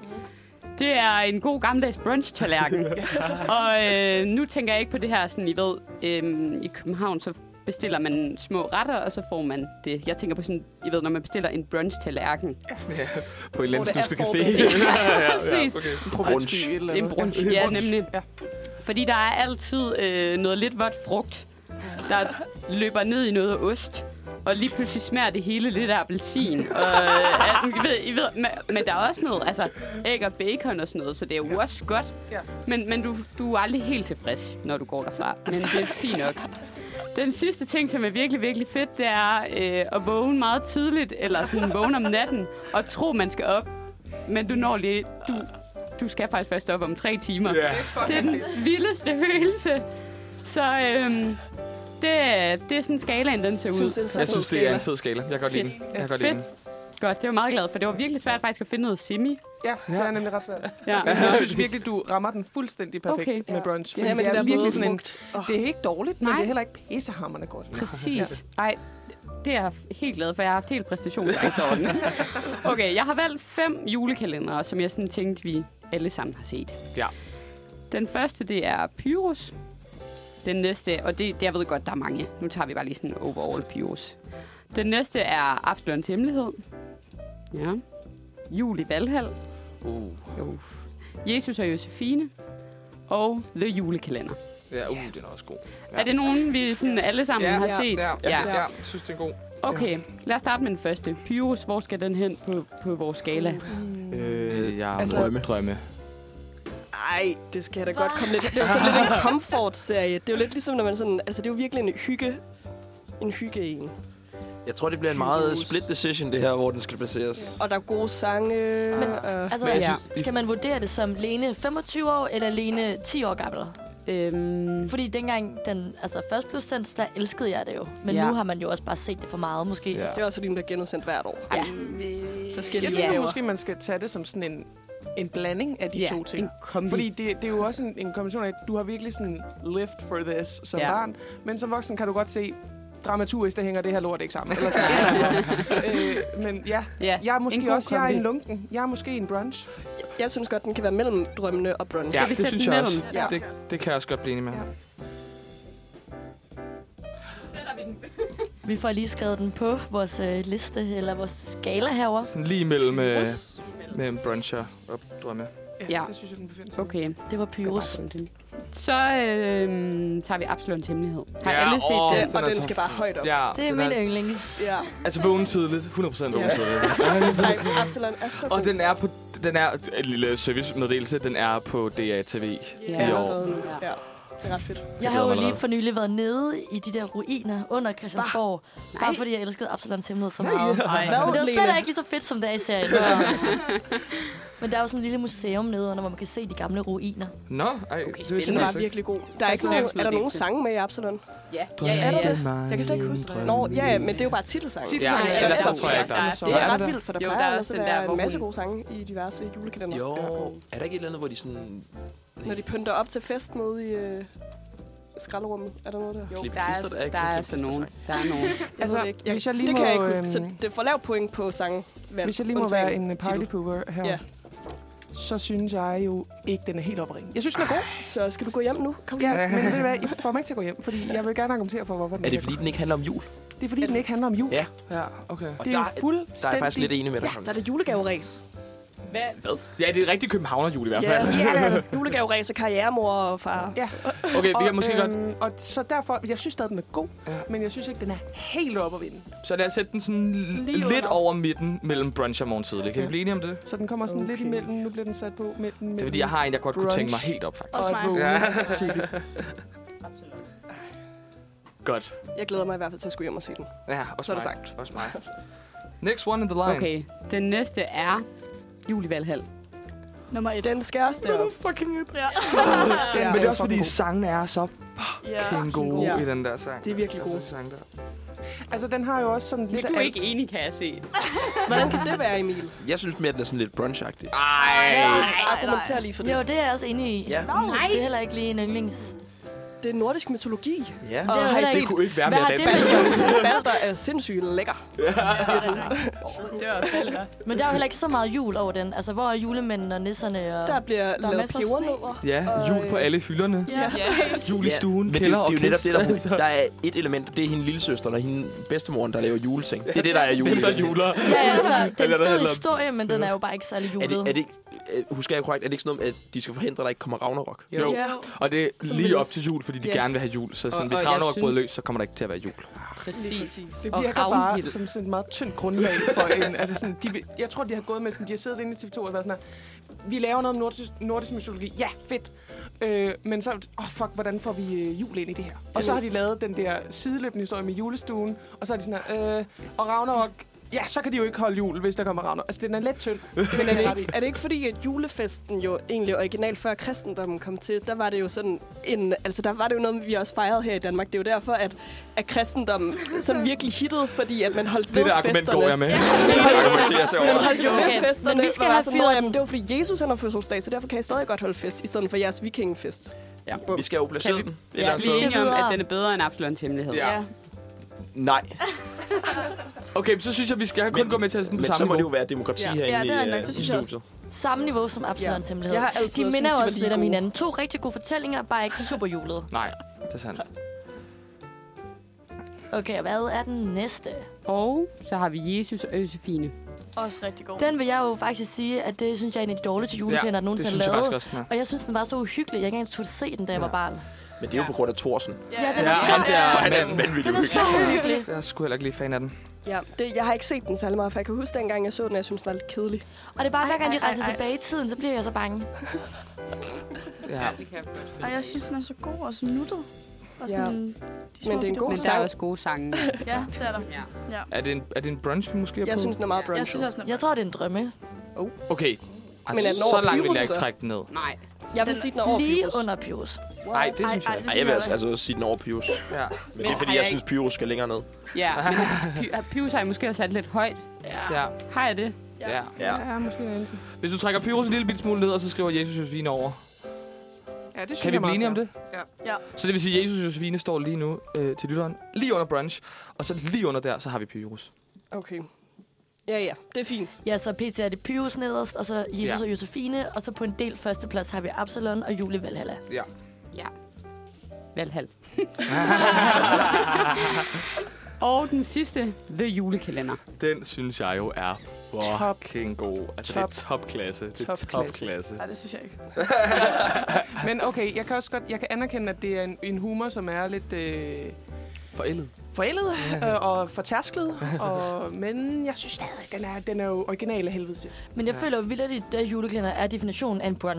det er en god gammeldags brunch-tallerken. Og øh, nu tænker jeg ikke på det her, sådan I ved, øh, i København, så bestiller man små retter, og så får man det. Jeg tænker på sådan, I ved, når man bestiller en brunch-tallerken. Ja, på en eller anden Hvor det er snuske café. forberedt. ja, Præcis. okay. Brunch. Eller En noget. brunch, ja, nemlig. Ja. Fordi der er altid øh, noget lidt vådt frugt, der løber ned i noget ost. Og lige pludselig smager det hele lidt af appelsin. Og, øh, I ved, I ved, men, men der er også noget, altså æg og bacon og sådan noget, så det er jo også godt. Ja. Men, men du, du er aldrig helt tilfreds, når du går derfra. Men det er fint nok. Den sidste ting, som er virkelig, virkelig fedt, det er øh, at vågne meget tidligt, eller sådan vågne om natten, og tro, man skal op. Men du når lige, du, du skal faktisk først op om tre timer. Ja. Det er den vildeste følelse. Så øhm, det, er- det er sådan skalaen, den ser ud. Synes, det er en så Jeg fed synes, det er skala. en fed skala. Jeg kan godt lide Fedt. den. Jeg kan godt lide Fedt. den. Godt, det var meget glad for. Det var virkelig svært faktisk at finde noget semi. Ja, det er nemlig ret svært. Ja. Men jeg synes virkelig, du rammer den fuldstændig perfekt Okay. med brunch. Ja, Fordi med det det er der virkelig våde sådan en... frugt. Det er ikke dårligt, men Nej. det er heller ikke pissehammerende godt. Præcis. Ej, det er jeg helt glad for. Jeg har haft helt præstationsangst over den. Okay, jeg har valgt fem julekalendere, som jeg sådan tænkte, vi alle sammen har set. Ja. Den første, det er Pyrus. Den næste, og det, det jeg ved godt, der er mange. Nu tager vi bare lige sådan overall Pyrus. Den næste er Absalons Hemmelighed. Ja. Jul i Valhall. Uh. Uf. Jesus og Josefine. Og The Julekalender. Ja, uh, den er også god. Ja. Er det nogen, vi sådan alle sammen Ja, har ja, set? Ja, ja, Ja. ja. Jeg synes, det er god. Okay, lad os starte med den første. Pyrus, hvor skal den hen på, på vores skala? Øh, jeg Altså- drømme. drømme. Ej, det skal jeg da godt komme lidt. Det er jo sådan lidt en comfort-serie. Det er jo lidt ligesom, når man sådan... Altså, det er jo virkelig en hygge... En hygge en. Jeg tror, det bliver en meget split decision, det her, hvor den skal placeres. Og der er gode sange. Men, og... Altså, Men jeg ja. synes, Skal man vurdere det som Lene femogtyve år, eller Lene ti år gammel? Øhm, Fordi dengang den altså først blev sendt, der elskede jeg det jo. Men Ja. ja. nu har man jo også bare set det for meget, måske. Ja. Ja. Det er også, fordi den bliver genudsendt hvert år. ja. Forskellige Jeg tænker udgaver. måske, man skal tage det som sådan en, en blanding af de ja, to ting. en kombi. Fordi det, det er jo også en, en kombination af, at du har virkelig sådan lived for this som Ja. ja. barn, men som voksen kan du godt se, dramaturgisk, der hænger det her lort ikke sammen. Eller sådan et eller andet. øh, men ja, ja, jeg er en måske god også jeg er kombi. en lunken. Jeg er måske en brunch. Jeg synes godt, den kan være mellem drømmene og brunch. Ja, vi det sætte synes den jeg også. mellem? Ja. Det, det kan jeg også godt blive enig med. Ja. Vi får lige skrevet den på vores øh, liste, eller vores skala herovre. Sådan lige mellem, øh, mellem bruncher og drømme. Ja. Det synes jeg, den befinder sig. Okay, Det var Pyrus. så øh, tager vi Absalons Hemmelighed. Har Ja, alle set åh. det? Og Den er den så skal bare højt op. Ja, Det er den min yndlings. Ja. Altså vågen tidligt. hundrede procent vågen Ja. tidligt. Ej, Absalon er så god. Og den er på... Den er... En lille servicemeddelelse. Den er på D R T V Ja. i år. Ja. Det er ret fedt. Jeg Jeg har glæder jo mig lige allerede. for nylig været nede i de der ruiner under Christiansborg. Nej. Bare fordi jeg elskede Absalons Hemmelighed så meget. Nej. Men det var Lene? slet ikke lige så fedt, som det er i serien. Men der er jo sådan en lille museum nedenunder, hvor man kan se de gamle ruiner. Nå, ej. Okay, det er spændende. Den var sindssygt. virkelig god. Der er, ikke Altså, nogen, det er er der sådan nogen noget sange med i Absalon? Ja, ja, ja. Er der ja. det? Jeg kan slet ikke huske det. Nå, ja, ja, men det er jo bare titelsange. Titelsange, Ja, ja, ellers ja, så tror jeg ikke, der er. så Det er er ret det vildt, for der Jo, plejer der er ellers også at den være der, hvor en masse hun- gode sange i diverse julekalender. Jo, er der ikke et eller andet, hvor de sådan... Når de pynter op til fest nede i øh, skralderummet, er der noget der? Jo, Klip der er, klister, der er ikke der sådan er klip altså nogen. Der er nogen. Jeg Altså, ved det ikke. Jeg, hvis jeg lige det må, kan jeg ikke huske, så øhm, det får lavt point på sangen. Hvis jeg lige må være en partypooper her, Ja. så synes jeg jo ikke, den er helt oppe at ringe. Jeg synes, den er god. Så skal du gå hjem nu? Kom Ja, men ved du hvad, I får mig ikke til at gå hjem, fordi jeg vil gerne argumentere for, hvorfor den Er det god. fordi, den ikke handler om jul? Det er fordi, den ikke handler om jul. Ja. Ja, okay. Og Det der, er der fuldstændig... er jeg faktisk lidt enig med dig. Der er det julegaveræs. Hvad? Ja, det er rigtig københavnerjul i hvert Ja, fald. ja, der er julegaveræs og karrieremor og far. Ja. Okay, vi kan Og, måske godt... øhm, og så derfor, jeg synes stadig, den er god, Ja. men jeg synes ikke, den er helt oppe at vinde. Så lad os sætte den sådan Lige lidt under. over midten mellem brunch og morgentidlig. Kan vi Okay. blive enige om det? Så den kommer sådan okay. lidt Okay. imellem. Nu bliver den sat på mellem. mellem Det er fordi, jeg har en, jeg godt kunne tænke mig brunch. helt op, faktisk. Også og mig. et Ja. vågen-ticket. Godt. Jeg glæder mig i hvert fald til at skulle hjem og se den. Ja, også Så er det mig. sagt. Også mig. Next one in the line. Okay, den næste er Jul i Valhall. Nummer et. Den skal også derop. Fucking Ja. Det Men det er også fucking fordi, god. sangene er så ja. fucking gode Ja. i den der sang. Det er virkelig Altså, gode. sang der. Altså, den har jo også sådan Men lidt du af er alt. ikke enig, kan jeg se. Hvordan kan det være, Emil? Jeg synes mere, den er sådan lidt brunch-agtig. Ej! Argumenter lige for det. Jo, det er jeg også enig i. Ja. Nej. Det er heller ikke lige en yndlings. Det er nordisk mytologi. Ja. Det er Og jo har I heller set Det kunne ikke være Hvad mere har det dansk. med jul? Balder er sindssygt lækker. Det var fælder. Men der er jo heller ikke så meget jul over den. Altså, hvor er julemændene og nisserne og... Der bliver er lavet masser af pebernødder. Ja, Og, jul på øh, alle hylderne. Ja. Jul i stuen, Men det, kælder det er og jo netop det, der, kist. der er et element, det er hende lillesøster, og hende bedstemoren, der laver juleting. Det er det, der er jule. Dem, der juler. Ja, ja, altså, det er Eller en der fed handler- historie, men den er jo bare ikke særlig Er julet. det, er det ikke, øh, husker jeg korrekt, er det ikke sådan noget, at de skal forhindre, at der ikke kommer Ragnarok? Jo. Ja. Og det er Som lige vil- op til jul, fordi de Ja. gerne vil have jul. Så sådan, Og- hvis og jeg Ragnarok synes- bryder løs, så kommer der ikke til at være jul. Præcis. Det Og virker bare Ragnhild. som sådan et meget tyndt grundlag for en... Altså sådan, de, vil- jeg tror, de har gået med sådan... De har siddet inde i T V to og været sådan her, vi laver noget om nordisk, nordisk mytologi. Ja, fedt. Øh, men så... Åh, oh, fuck, hvordan får vi øh, jul ind i det her? Og så har de lavet den der sideløbende historie med julestuen. Og så er de sådan her... Øh, og Ragnarok... Ja, så kan de jo ikke holde jul, hvis der kommer Ragnarok. Altså, den er lidt tynd. Men er det, ikke, er det ikke fordi, at julefesten jo egentlig originalt før kristendommen kom til, der var det jo sådan en, altså der var det jo noget, vi også fejrede her i Danmark. Det er jo derfor, at, at kristendommen sådan virkelig hittede, fordi at man holdt Det ved der argument festerne. går jeg med. Man holdt jo Okay, ved festerne. men vi skal hvor have var sådan, fyret "Nå, den." jamen, det var fordi Jesus han har fødselsdag, så derfor kan I stadig godt holde fest, i stedet for jeres vikingefest. Ja, vi skal jo placere Kan vi- den. Et Ja, eller andet vi er sted. enige om, videre. at den er bedre end Absalons Hemmelighed. Ja. Nej, Okay, så synes jeg, vi skal kun Men- gå med til at sådan på men så samme må det jo niveau. være demokrati Ja. herinde Ja, det er i, nok, øh, det i synes jeg studiet. Samme niveau som Absalons Hemmelighed. Jeg har altid De synes, minder de jo var også lige lidt om gode. hinanden. To rigtig gode fortællinger, bare ikke så super julet. Nej, det er sandt. Okay, og hvad er den næste? Og så har vi Jesus og Josefine. Også rigtig god. Den vil jeg jo faktisk sige, at det synes jeg er en af de dårligste julekalender, der det nogensinde synes er jeg faktisk lavet. også, den er. Og jeg synes, den var så uhyggelig. Jeg ikke engang turde se den, da jeg var barn. Men det er jo på grund af Thorsen. Ja, den Ja, er så, han der Han er mand. vanvittig den er så uhyggelig. Jeg er sgu heller ikke lige fan af den. Ja, det, jeg har ikke set den særlig meget, for jeg kan huske dengang, jeg så den, og jeg synes, den var lidt kedelig. Og det er bare, hver gang de Ej, ej, rejser ej. tilbage i tiden, så bliver jeg så bange. Ja. det kan jeg godt følge. Ej, jeg synes, den er så god og så nuttet. Og Ja. sådan, de små Men det er en god Men bitte- der er sang. også gode sange. Ja, det er der. Ja. Ja. Er det en, er det en brunch, vi måske er Jeg på? synes, den er meget Jeg brunchet. synes også, den er Jeg tror, det er en drømme. Okay. Men er den Altså, over så langt vil jeg Pyrus, ikke så? trække den ned. Nej. Jeg vil sige, den er over Lige Pyrus. under Pyrus. Nej, det synes Ej, jeg ej, ikke. Ej, jeg vil altså, altså sige den over Pyrus. Ja. Men det er Men fordi, har jeg jeg synes, Pyrus skal længere ned. Ja, men Py- Pyrus har jeg måske også sat lidt højt. Ja. Har jeg det? Ja. Ja. Ja, måske en anelse. Hvis du trækker Pyrus en lille bitte smule ned, og så skriver Jesus og Josefine over. Ja, det synes Kan vi jeg er blive enige om meget det? fair. Ja. Så det vil sige, at Jesus og Josefine står lige nu øh, til lytteren, lige under brunch, og så lige under der, så har vi Pyrus. Okay. Ja, ja. Det er fint. Ja, så P T er det Pyrus nederst, og så Jesus Ja. og Josefine, og så på en del førsteplads har vi Absalon og Jule Valhalla. Ja. Ja. Valhall. Og den sidste, The Julekalender. Den synes jeg jo er fucking god. Altså, Top. det er topklasse. Det er Topklasse. topklasse. Nej, det synes jeg ikke. Men okay, jeg kan også godt jeg kan anerkende, at det er en, en humor, som er lidt øh, Forældet. forældet øh, og fortærsket. Og, men jeg synes stadig, den er, den er jo original af helvede til. Men jeg føler jo vildt, at det julekalender er definitionen af en brunch.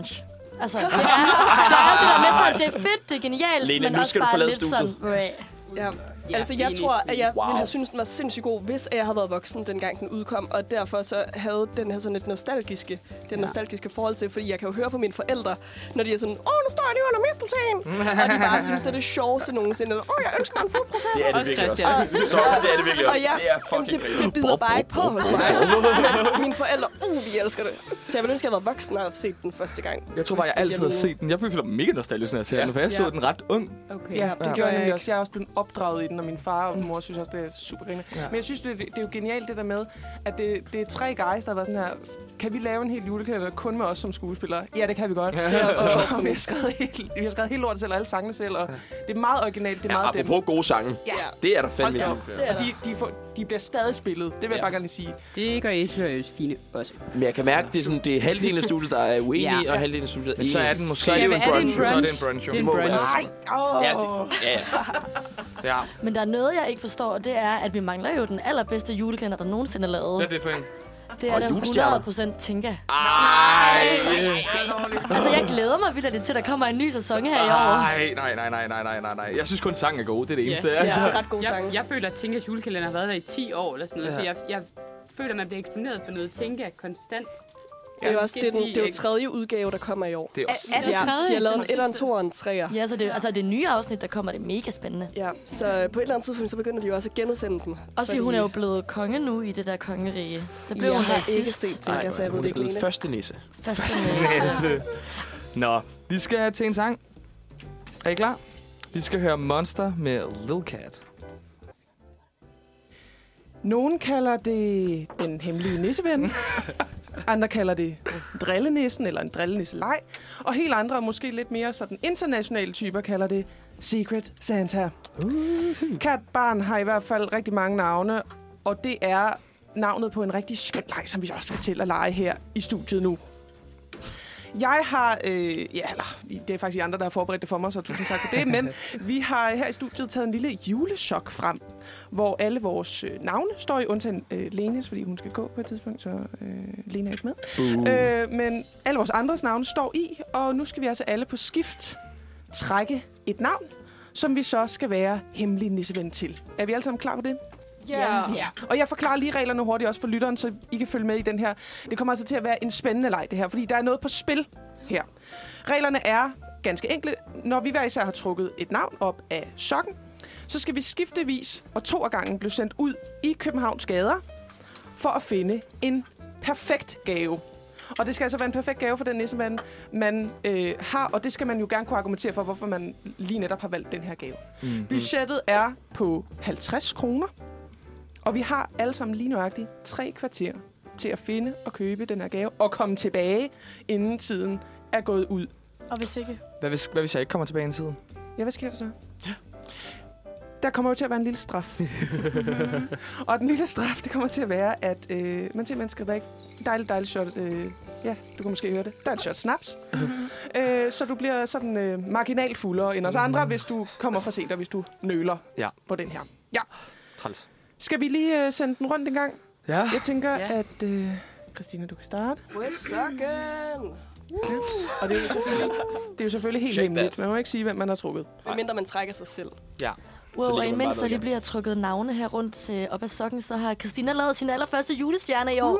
Altså, det er, der er det der med sådan, det er fedt, det er genialt, Lene, men nu også skal du bare forlade lidt studiet. sådan... Bræh. Ja. Ja, Altså, jeg enig. tror, at jeg Wow. ville have syntes, den var sindssygt god, hvis jeg havde været voksen, dengang den udkom. Og derfor så havde den her sådan et nostalgiske, den Ja. nostalgiske forhold til, fordi jeg kan jo høre på mine forældre, når de er sådan, åh, nu står jeg lige under mistelten. Og de bare synes, det er det sjoveste nogensinde. Åh, jeg ønsker en foodprocessor. Det er det Også virkelig også. Christian. Så det er det virkelig Og også. ja, Det er jamen, fucking det, det bider bare ikke på hos mig. Men mine forældre, uh, de elsker det. Så jeg ville ønske, at jeg havde været voksen og have set den første gang. Jeg tror bare, jeg altid har set den. Jeg føler mig mega nostalgisk, når jeg ser Ja. den, for jeg så Ja. den ret ung. Okay. Ja, det Ja. gjorde jeg nemlig ikke. også. Jeg er også blevet opdraget i den, og min far og min mor synes også, det er super griner. Ja. Men jeg synes, det, det er jo genialt det der med, at det, det er tre guys, der har været sådan her, kan vi lave en hel julekalender kun med os som skuespillere? Ja, det kan vi godt. Ja. Det er også Og- sjovt. Og vi har skrevet helt, vi har skrevet helt lortet selv, og alle sangene selv, og det er meget originalt, det er Ja, meget dem. apropos gode sange. Ja, Det er der fandme hold da ikke. op. Og de, de, får, de bliver stadig spillet, det vil jeg Ja. bare gerne lige sige. Det gør I seriøst fine også. Men jeg kan mærke, det er, sådan, det er halvdelen af studiet, der er uenige, Ja. og halvdelen af studiet er Men så er enige. den måske... Så er det jo en Ja, men er det en brunch. Så er det en brunch, jo. Det er en må brunch. være- Nej, åh. Ja, det, ja, ja. Ja, Men der er noget, jeg ikke forstår, og det er, at vi mangler jo den allerbedste julekalender, der nogensinde er lavet. det er det for en. Det er Og den julestjerner. hundrede procent Tinka. Ej, Altså, jeg glæder mig vildt til, der kommer en ny sæson her i år. nej, nej, nej, nej, nej, nej, nej, nej. Jeg synes kun, sangen er god. Det er det eneste. Ja. Altså. Det er ret god sang. Jeg, jeg føler, at Tinkas julekalender har været der i ti år eller sådan noget, Ja. for jeg, jeg føler, at man bliver eksponeret for noget Tinka konstant. Det er jo også det, er den, Måske det er jo fordi- tredje udgave, der kommer i år. Det er også... Er det Ja, tredje? de har lavet en Den etteren, sidste? toeren, treer. Ja, så det, altså det nye afsnit, der kommer, det er mega spændende. Ja, så på et eller andet tidspunkt, så begynder de jo også at genudsende dem. Også fordi hun er jo blevet konge nu i det der kongerige. Det blev Jeg hun har her ikke sidst. set til, Ej, så jeg ved hun det er ikke, blevet Lene. første nisse. Første næse. Nå, vi skal til en sang. Er I klar? Vi skal høre Monster med Lil Cat. Nogen kalder det den hemmelige nisseven. Andre kalder det drillenissen eller en drillenisse-leg. Og helt andre, og måske lidt mere sådan internationale typer, kalder det Secret Santa. Cat Barn har i hvert fald rigtig mange navne, og det er navnet på en rigtig skøn leg, som vi også skal til at lege her i studiet nu. Jeg har, øh, ja, eller, det er faktisk de andre, der har forberedt det for mig, så tusind tak for det, men vi har her i studiet taget en lille julesok frem, hvor alle vores øh, navne står i, undtagen øh, Lenes, fordi hun skal gå på et tidspunkt, så øh, Lena er ikke med. Uh. Øh, men alle vores andres navne står i, og nu skal vi altså alle på skift trække et navn, som vi så skal være hemmelig nisseven til. Er vi alle sammen klar på det? Ja. Ja. Og jeg forklarer lige reglerne hurtigt også for lytteren, så I kan følge med i den her. Det kommer altså til at være en spændende leg, det her, fordi der er noget på spil her. Reglerne er ganske enkle. Når vi hver især har trukket et navn op af sokken, så skal vi skiftevis og to af gangen blive sendt ud i Københavns gader for at finde en perfekt gave. Og det skal altså være en perfekt gave for den nisse, man, man øh, har, og det skal man jo gerne kunne argumentere for, hvorfor man lige netop har valgt den her gave. Mm. Budgettet er på halvtreds kroner, og vi har alle sammen lige nøjagtigt tre kvarter til at finde og købe den her gave, og komme tilbage, inden tiden er gået ud. Og hvis ikke? Hvad hvis, hvad hvis jeg ikke kommer tilbage i tiden? Ja, hvad sker der så? Ja. Der kommer jo til at være en lille straf. Og den lille straf, det kommer til at være, at øh, man simpelthen skal drikke dejligt, dejligt shot. Øh, ja, du kan måske høre det. Dejligt shot snaps. øh, så du bliver sådan øh, marginalt fuldere end os andre, hvis du kommer for sent, og hvis du nøler Ja. på den her. Ja. Træls. Skal vi lige øh, sende den rundt en gang? Ja. Jeg tænker, Ja. ja. at... Øh, Christina, du kan starte. With sokken! Og det er jo selvfølgelig, det er jo selvfølgelig helt Shake hemmeligt. that. Man må ikke sige, hvem man har trukket. Medmindre man trækker sig selv. Ja. Wow, ligger og man imens bare der ned lige igen. bliver trukket navne her rundt øh, op ad sokken, så har Christina lavet sin allerførste julestjerne i år.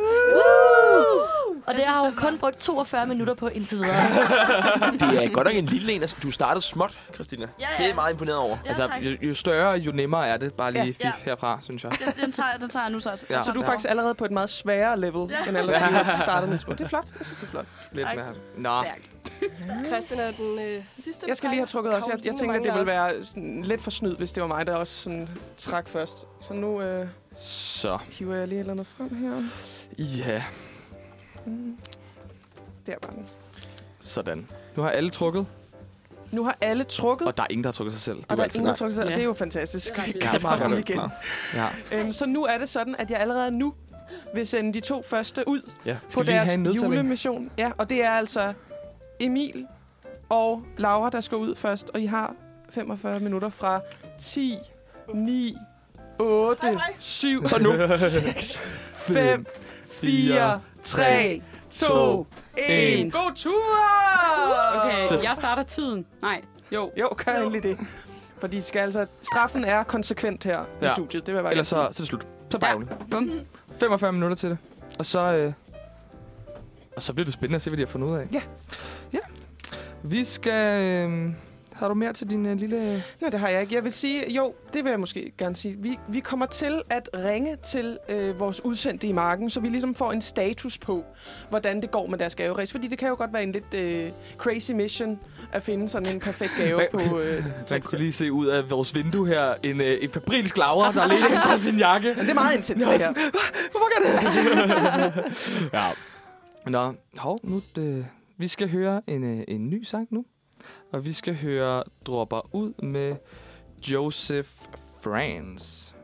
Og det har hun kun brugt toogfyrre minutter på indtil videre. Det er godt nok en lille en. Altså, du startede småt, Christina. Ja, Det er ja. jeg meget imponeret over. Ja, Altså, tak. jo, jo større, jo nemmere er det. Bare lige Ja. fif Ja. herfra, synes jeg. Den, den, tager, den tager jeg nu så. Ja. Så du er Ja. faktisk allerede på et meget sværere level, Ja. end alle fire startede med små. Det er flot. Jeg synes, det er flot. Lidt Tak. mere. Nå. Christian er den øh, sidste. Jeg skal lige have trukket også. Jeg, jeg Karoline tænkte, at det mangler ville være sådan lidt for snyd, hvis det var mig, der også sådan trak først. Så nu øh, Så. hiver jeg lige et eller andet frem her. Ja. Mm. Der var den. Sådan. Nu har alle trukket, Nu har alle trukket, og der er ingen, der har trukket sig selv. Det og der er altid ingen, der godt. trukket sig. Ja. Det er jo fantastisk. Ja, Vi det Ja, kan meget bare godt. igen. Ja. Øhm, så nu er det sådan, at jeg allerede nu vil sende de to første ud Ja. på Skal vi lige deres have en nedtælling? julemission. Ja, og det er altså Emil og Laura, der skal ud først. Og I har femogfyrre minutter fra ti, ni, otte, syv, Så nu. seks, fem, fire, tre, to, en. En. God tur! Okay, jeg starter tiden. Nej, jo. Jo, gør endelig det. Fordi skal altså, straffen er konsekvent her ja. i studiet. Det vil jeg bare Ellers så, gerne så er det slut. Så bare Ja. ærgerligt. Bum. femogfyrre minutter til det. Og så, øh, og så bliver det spændende at se, hvad de har fundet ud af. Ja. Ja. Vi skal... Øh, har du mere til din øh, lille... Nej, det har jeg ikke. Jeg vil sige, jo, det vil jeg måske gerne sige. Vi, vi kommer til at ringe til øh, vores udsendte i marken, så vi ligesom får en status på, hvordan det går med deres gaveræs. Fordi det kan jo godt være en lidt øh, crazy mission at finde sådan en perfekt gave på... Øh, Man kunne lige se ud af vores vindue her en, øh, en fabrilsk laver, der ligger efter sin jakke. Men det er meget intens, det her. Hvorfor gør det? Ja. Nå, hov, nu det, vi skal høre en, øh, en ny sang nu. Og vi skal høre Dropper ud med Joseph Franz.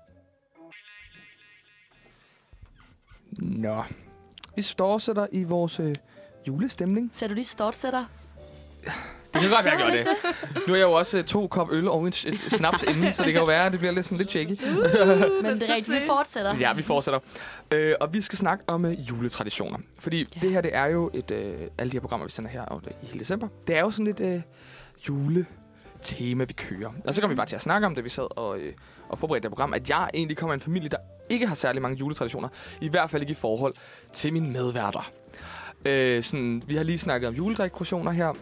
Nå. Vi fortsætter i vores øh, julestemning. Ser du lige stortsætter? Det kan godt være, jeg gør det. Nu er jeg jo også øh, to kop øl og et, et snaps inden, så det kan jo være, at det bliver lidt, sådan lidt shaky. Uh, men det er rigtigt, vi fortsætter. Ja, vi fortsætter. Øh, og vi skal snakke om øh, juletraditioner. Fordi ja. det her, det er jo et... Øh, alle de her programmer, vi sender her og, i hele december. Det er jo sådan et øh, juletema, vi kører. Og så kommer vi bare til at snakke om det, vi sad og, øh, og forberedte det program, at jeg egentlig kommer af en familie, der ikke har særlig mange juletraditioner. I hvert fald ikke i forhold til mine medværter. Øh, sådan, vi har lige snakket om juledekorationer her.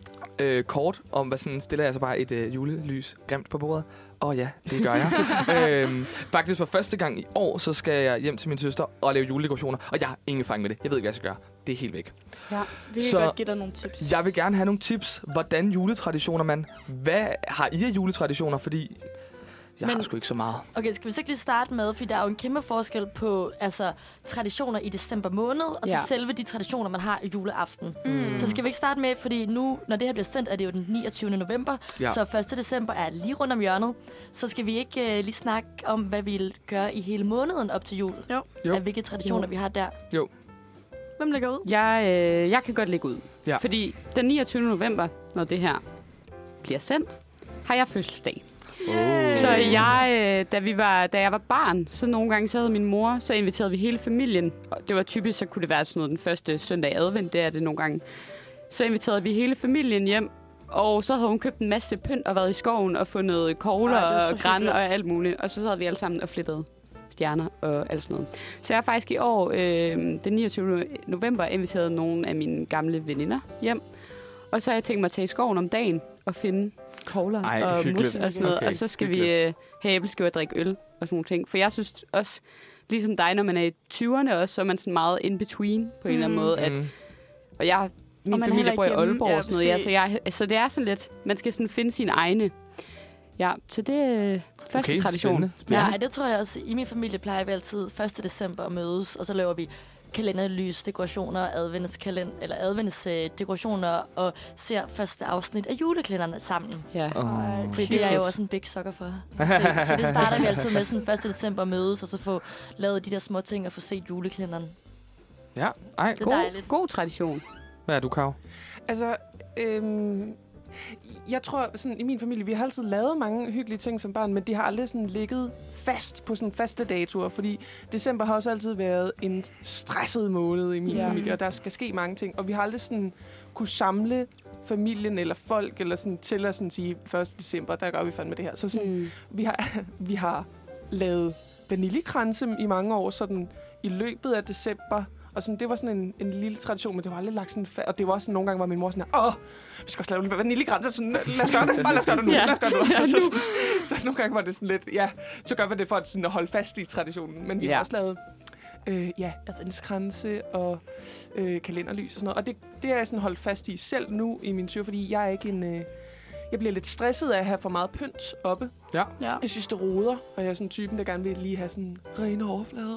Øh, kort om, hvad sådan stiller jeg så bare et øh, julelys grimt på bordet. Og oh, ja, det gør jeg. øhm, faktisk for første gang i år, så skal jeg hjem til min søster og lave juledekorationer. Og jeg har ingen erfaring med det. Jeg ved ikke, hvad jeg skal gøre. Det er helt væk. Ja, vi kan så godt give dig nogle tips. Jeg vil gerne have nogle tips. Hvordan juletraditioner, man? Hvad har I af juletraditioner? Fordi jeg Men, har sgu ikke så meget. Okay, skal vi så ikke lige starte med, for der er jo en kæmpe forskel på altså, traditioner i december måned, og ja. så selve de traditioner, man har i juleaften. Mm. Så skal vi ikke starte med, fordi nu, når det her bliver sendt, er det jo den niogtyvende november, ja. så første december er lige rundt om hjørnet. Så skal vi ikke uh, lige snakke om, hvad vi vil gøre i hele måneden op til jul? Jo. jo. Af hvilke traditioner jo. vi har der? Jo. Hvem lægger ud? Jeg, øh, jeg kan godt lægge ud. Ja. Fordi den niogtyvende november, når det her bliver sendt, har jeg fødselsdag. Oh. Så jeg, da, vi var, da jeg var barn, så nogle gange så havde min mor, så inviterede vi hele familien. Og det var typisk, så kunne det være sådan noget den første søndag i advent, det er det nogle gange. Så inviterede vi hele familien hjem, og så havde hun købt en masse pynt og været i skoven og fundet kogler Ej, og græn og alt muligt. Og så sad vi alle sammen og flittede stjerner og alt sådan noget. Så jeg har faktisk i år, øh, den niogtyvende november, inviteret nogle af mine gamle veninder hjem. Og så har jeg tænkt mig at tage i skoven om dagen og finde kogler Ej, og hyggeligt. mus og sådan noget. Okay, og så skal hyggeligt. vi øh, have æbleskiver og drikke øl og sådan nogle ting. For jeg synes også, ligesom dig, når man er i tyverne også, så er man sådan meget in between på en mm. eller anden måde. At, Mm. og jeg, min og familie bor i Aalborg ja, og sådan noget. Ja, så, jeg, så det er sådan lidt, man skal sådan finde sine egne. Ja, så det er første Okay, tradition. spændende, spændende. Ja, det tror jeg også. I min familie plejer vi altid første december at mødes, og så laver vi kalenderlys, dekorationer, adventskalender eller adventsdekorationer og ser første afsnit af julekalenderne sammen. Ja. Oh. Fordi det er jeg jo også en big sucker for. Så, så det starter vi altid med sådan første december at mødes, og så få lavet de der små ting og få set julekalenderen. Ja, ej. Det er God, dejligt. god tradition. Hvad er du, Kav? Altså, øhm, jeg tror, sådan, i min familie, vi har altid lavet mange hyggelige ting som barn, men de har aldrig sådan ligget fast på sådan faste datoer, fordi december har også altid været en stresset måned i min Ja. familie, og der skal ske mange ting, og vi har aldrig sådan kunne samle familien eller folk eller sådan til at sådan sige første december, der gør vi fandme det her. Så sådan, Mm. vi har vi har lavet vaniljekranse i mange år, sådan i løbet af december. Og sådan, det var sådan en, en lille tradition, men det var aldrig lagt sådan... Fa- og det var også sådan, nogle gange var min mor sådan her, åh, vi skal også lave vaniljekranse, sådan, lad os gøre det, bare lad os gøre det nu, Ja. lad os gøre det nu. Ja, nu. så, så, så nogle gange var det sådan lidt, ja, så gør vi det for at, sådan, at holde fast i traditionen. Men vi ja. har også lavet, øh, ja, adventskranse og øh, kalenderlys og sådan noget. Og det, det er jeg sådan holdt fast i selv nu i min syre, fordi jeg er ikke en... Øh, jeg bliver lidt stresset af at have for meget pynt oppe. Ja. Ja. Jeg synes, det roder, og jeg er sådan typen, der gerne vil lige have sådan rene overflader.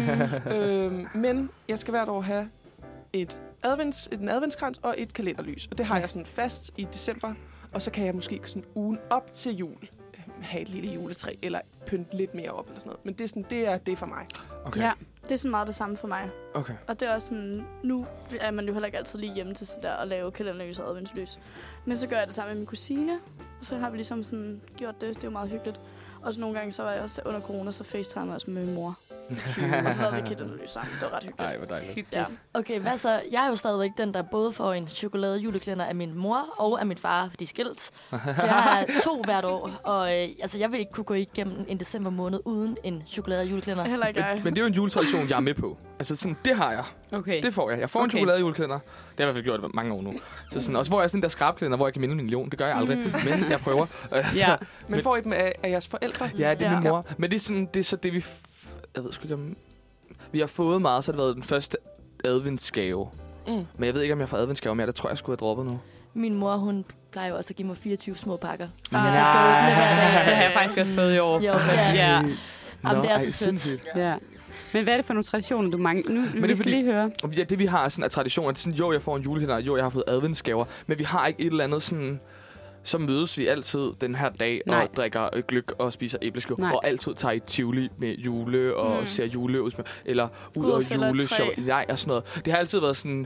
øhm, men jeg skal hvert år have et advents, en adventskrans og et kalenderlys. Og det har jeg sådan fast i december. Og så kan jeg måske sådan ugen op til jul have et lille juletræ, eller pynte lidt mere op, eller sådan noget. Men det er, sådan, det er det for mig. Okay. Ja. Det er sådan meget det samme for mig. Okay. Og det er også sådan, nu er man jo heller ikke altid lige hjemme til sådan der at lave kalenderlys og adventslys. Men så gør jeg det sammen med min kusine, og så har vi ligesom sådan gjort det. Det er jo meget hyggeligt. Og så nogle gange, så var jeg også under corona, så facetimer jeg også med min mor. og så lavede vi Kid and Løs sammen. Det var ret hyggeligt. Ej, hvor dejligt. Ja. Okay, hvad så? Jeg er jo stadigvæk den, der både får en chokolade juleklænder af min mor og af min far, fordi de er skilt. Så jeg har to hvert år, og øh, altså, jeg vil ikke kunne gå igennem en december måned uden en chokolade juleklænder. Heller ikke jeg. Men, men det er jo en juletradition, jeg er med på. Altså sådan, det har jeg. Okay. Det får jeg. Jeg får okay. en chokolade juleklænder. Det har jeg i hvert fald gjort mange år nu. Så sådan, også hvor jeg er sådan der skrabklænder, hvor jeg kan minde en million. Det gør jeg aldrig, mm. men jeg prøver. Altså, Ja. Men, men får I dem af, af jeres forældre? Ja, det er Ja. min mor. Men det er, sådan, det er så det, vi... F- jeg ved sgu ikke om... Vi har fået meget, så har det været den første adventsgave. Mm. Men jeg ved ikke, om jeg får adventsgave mere. Det tror jeg, jeg skulle have droppet nu. Min mor, hun plejer jo også at give mig fireogtyve små pakker, som Ah. jeg så skal åbne hver dag. Det har jeg faktisk også fået i år. Jo, Ja. ja. Ja. Jamen, det er ej, så sødt. sindssygt. Ja. Men hvad er det for nogle traditioner, du mangler? Nu, det vi er skal fordi- lige høre. Ja, det vi har er sådan, at traditioner, det er sådan, jo, jeg får en julekalender, jo, jeg har fået adventsgaver, men vi har ikke et eller andet sådan, så mødes vi altid den her dag Nej. og drikker øh, gløgg og spiser æbleskiver, Nej. og altid tager i Tivoli med jule og Mm. mm. ser juleudsmør, eller ud Ud og og fælder et juleshow, træ. nej, og sådan noget. Det har altid været sådan,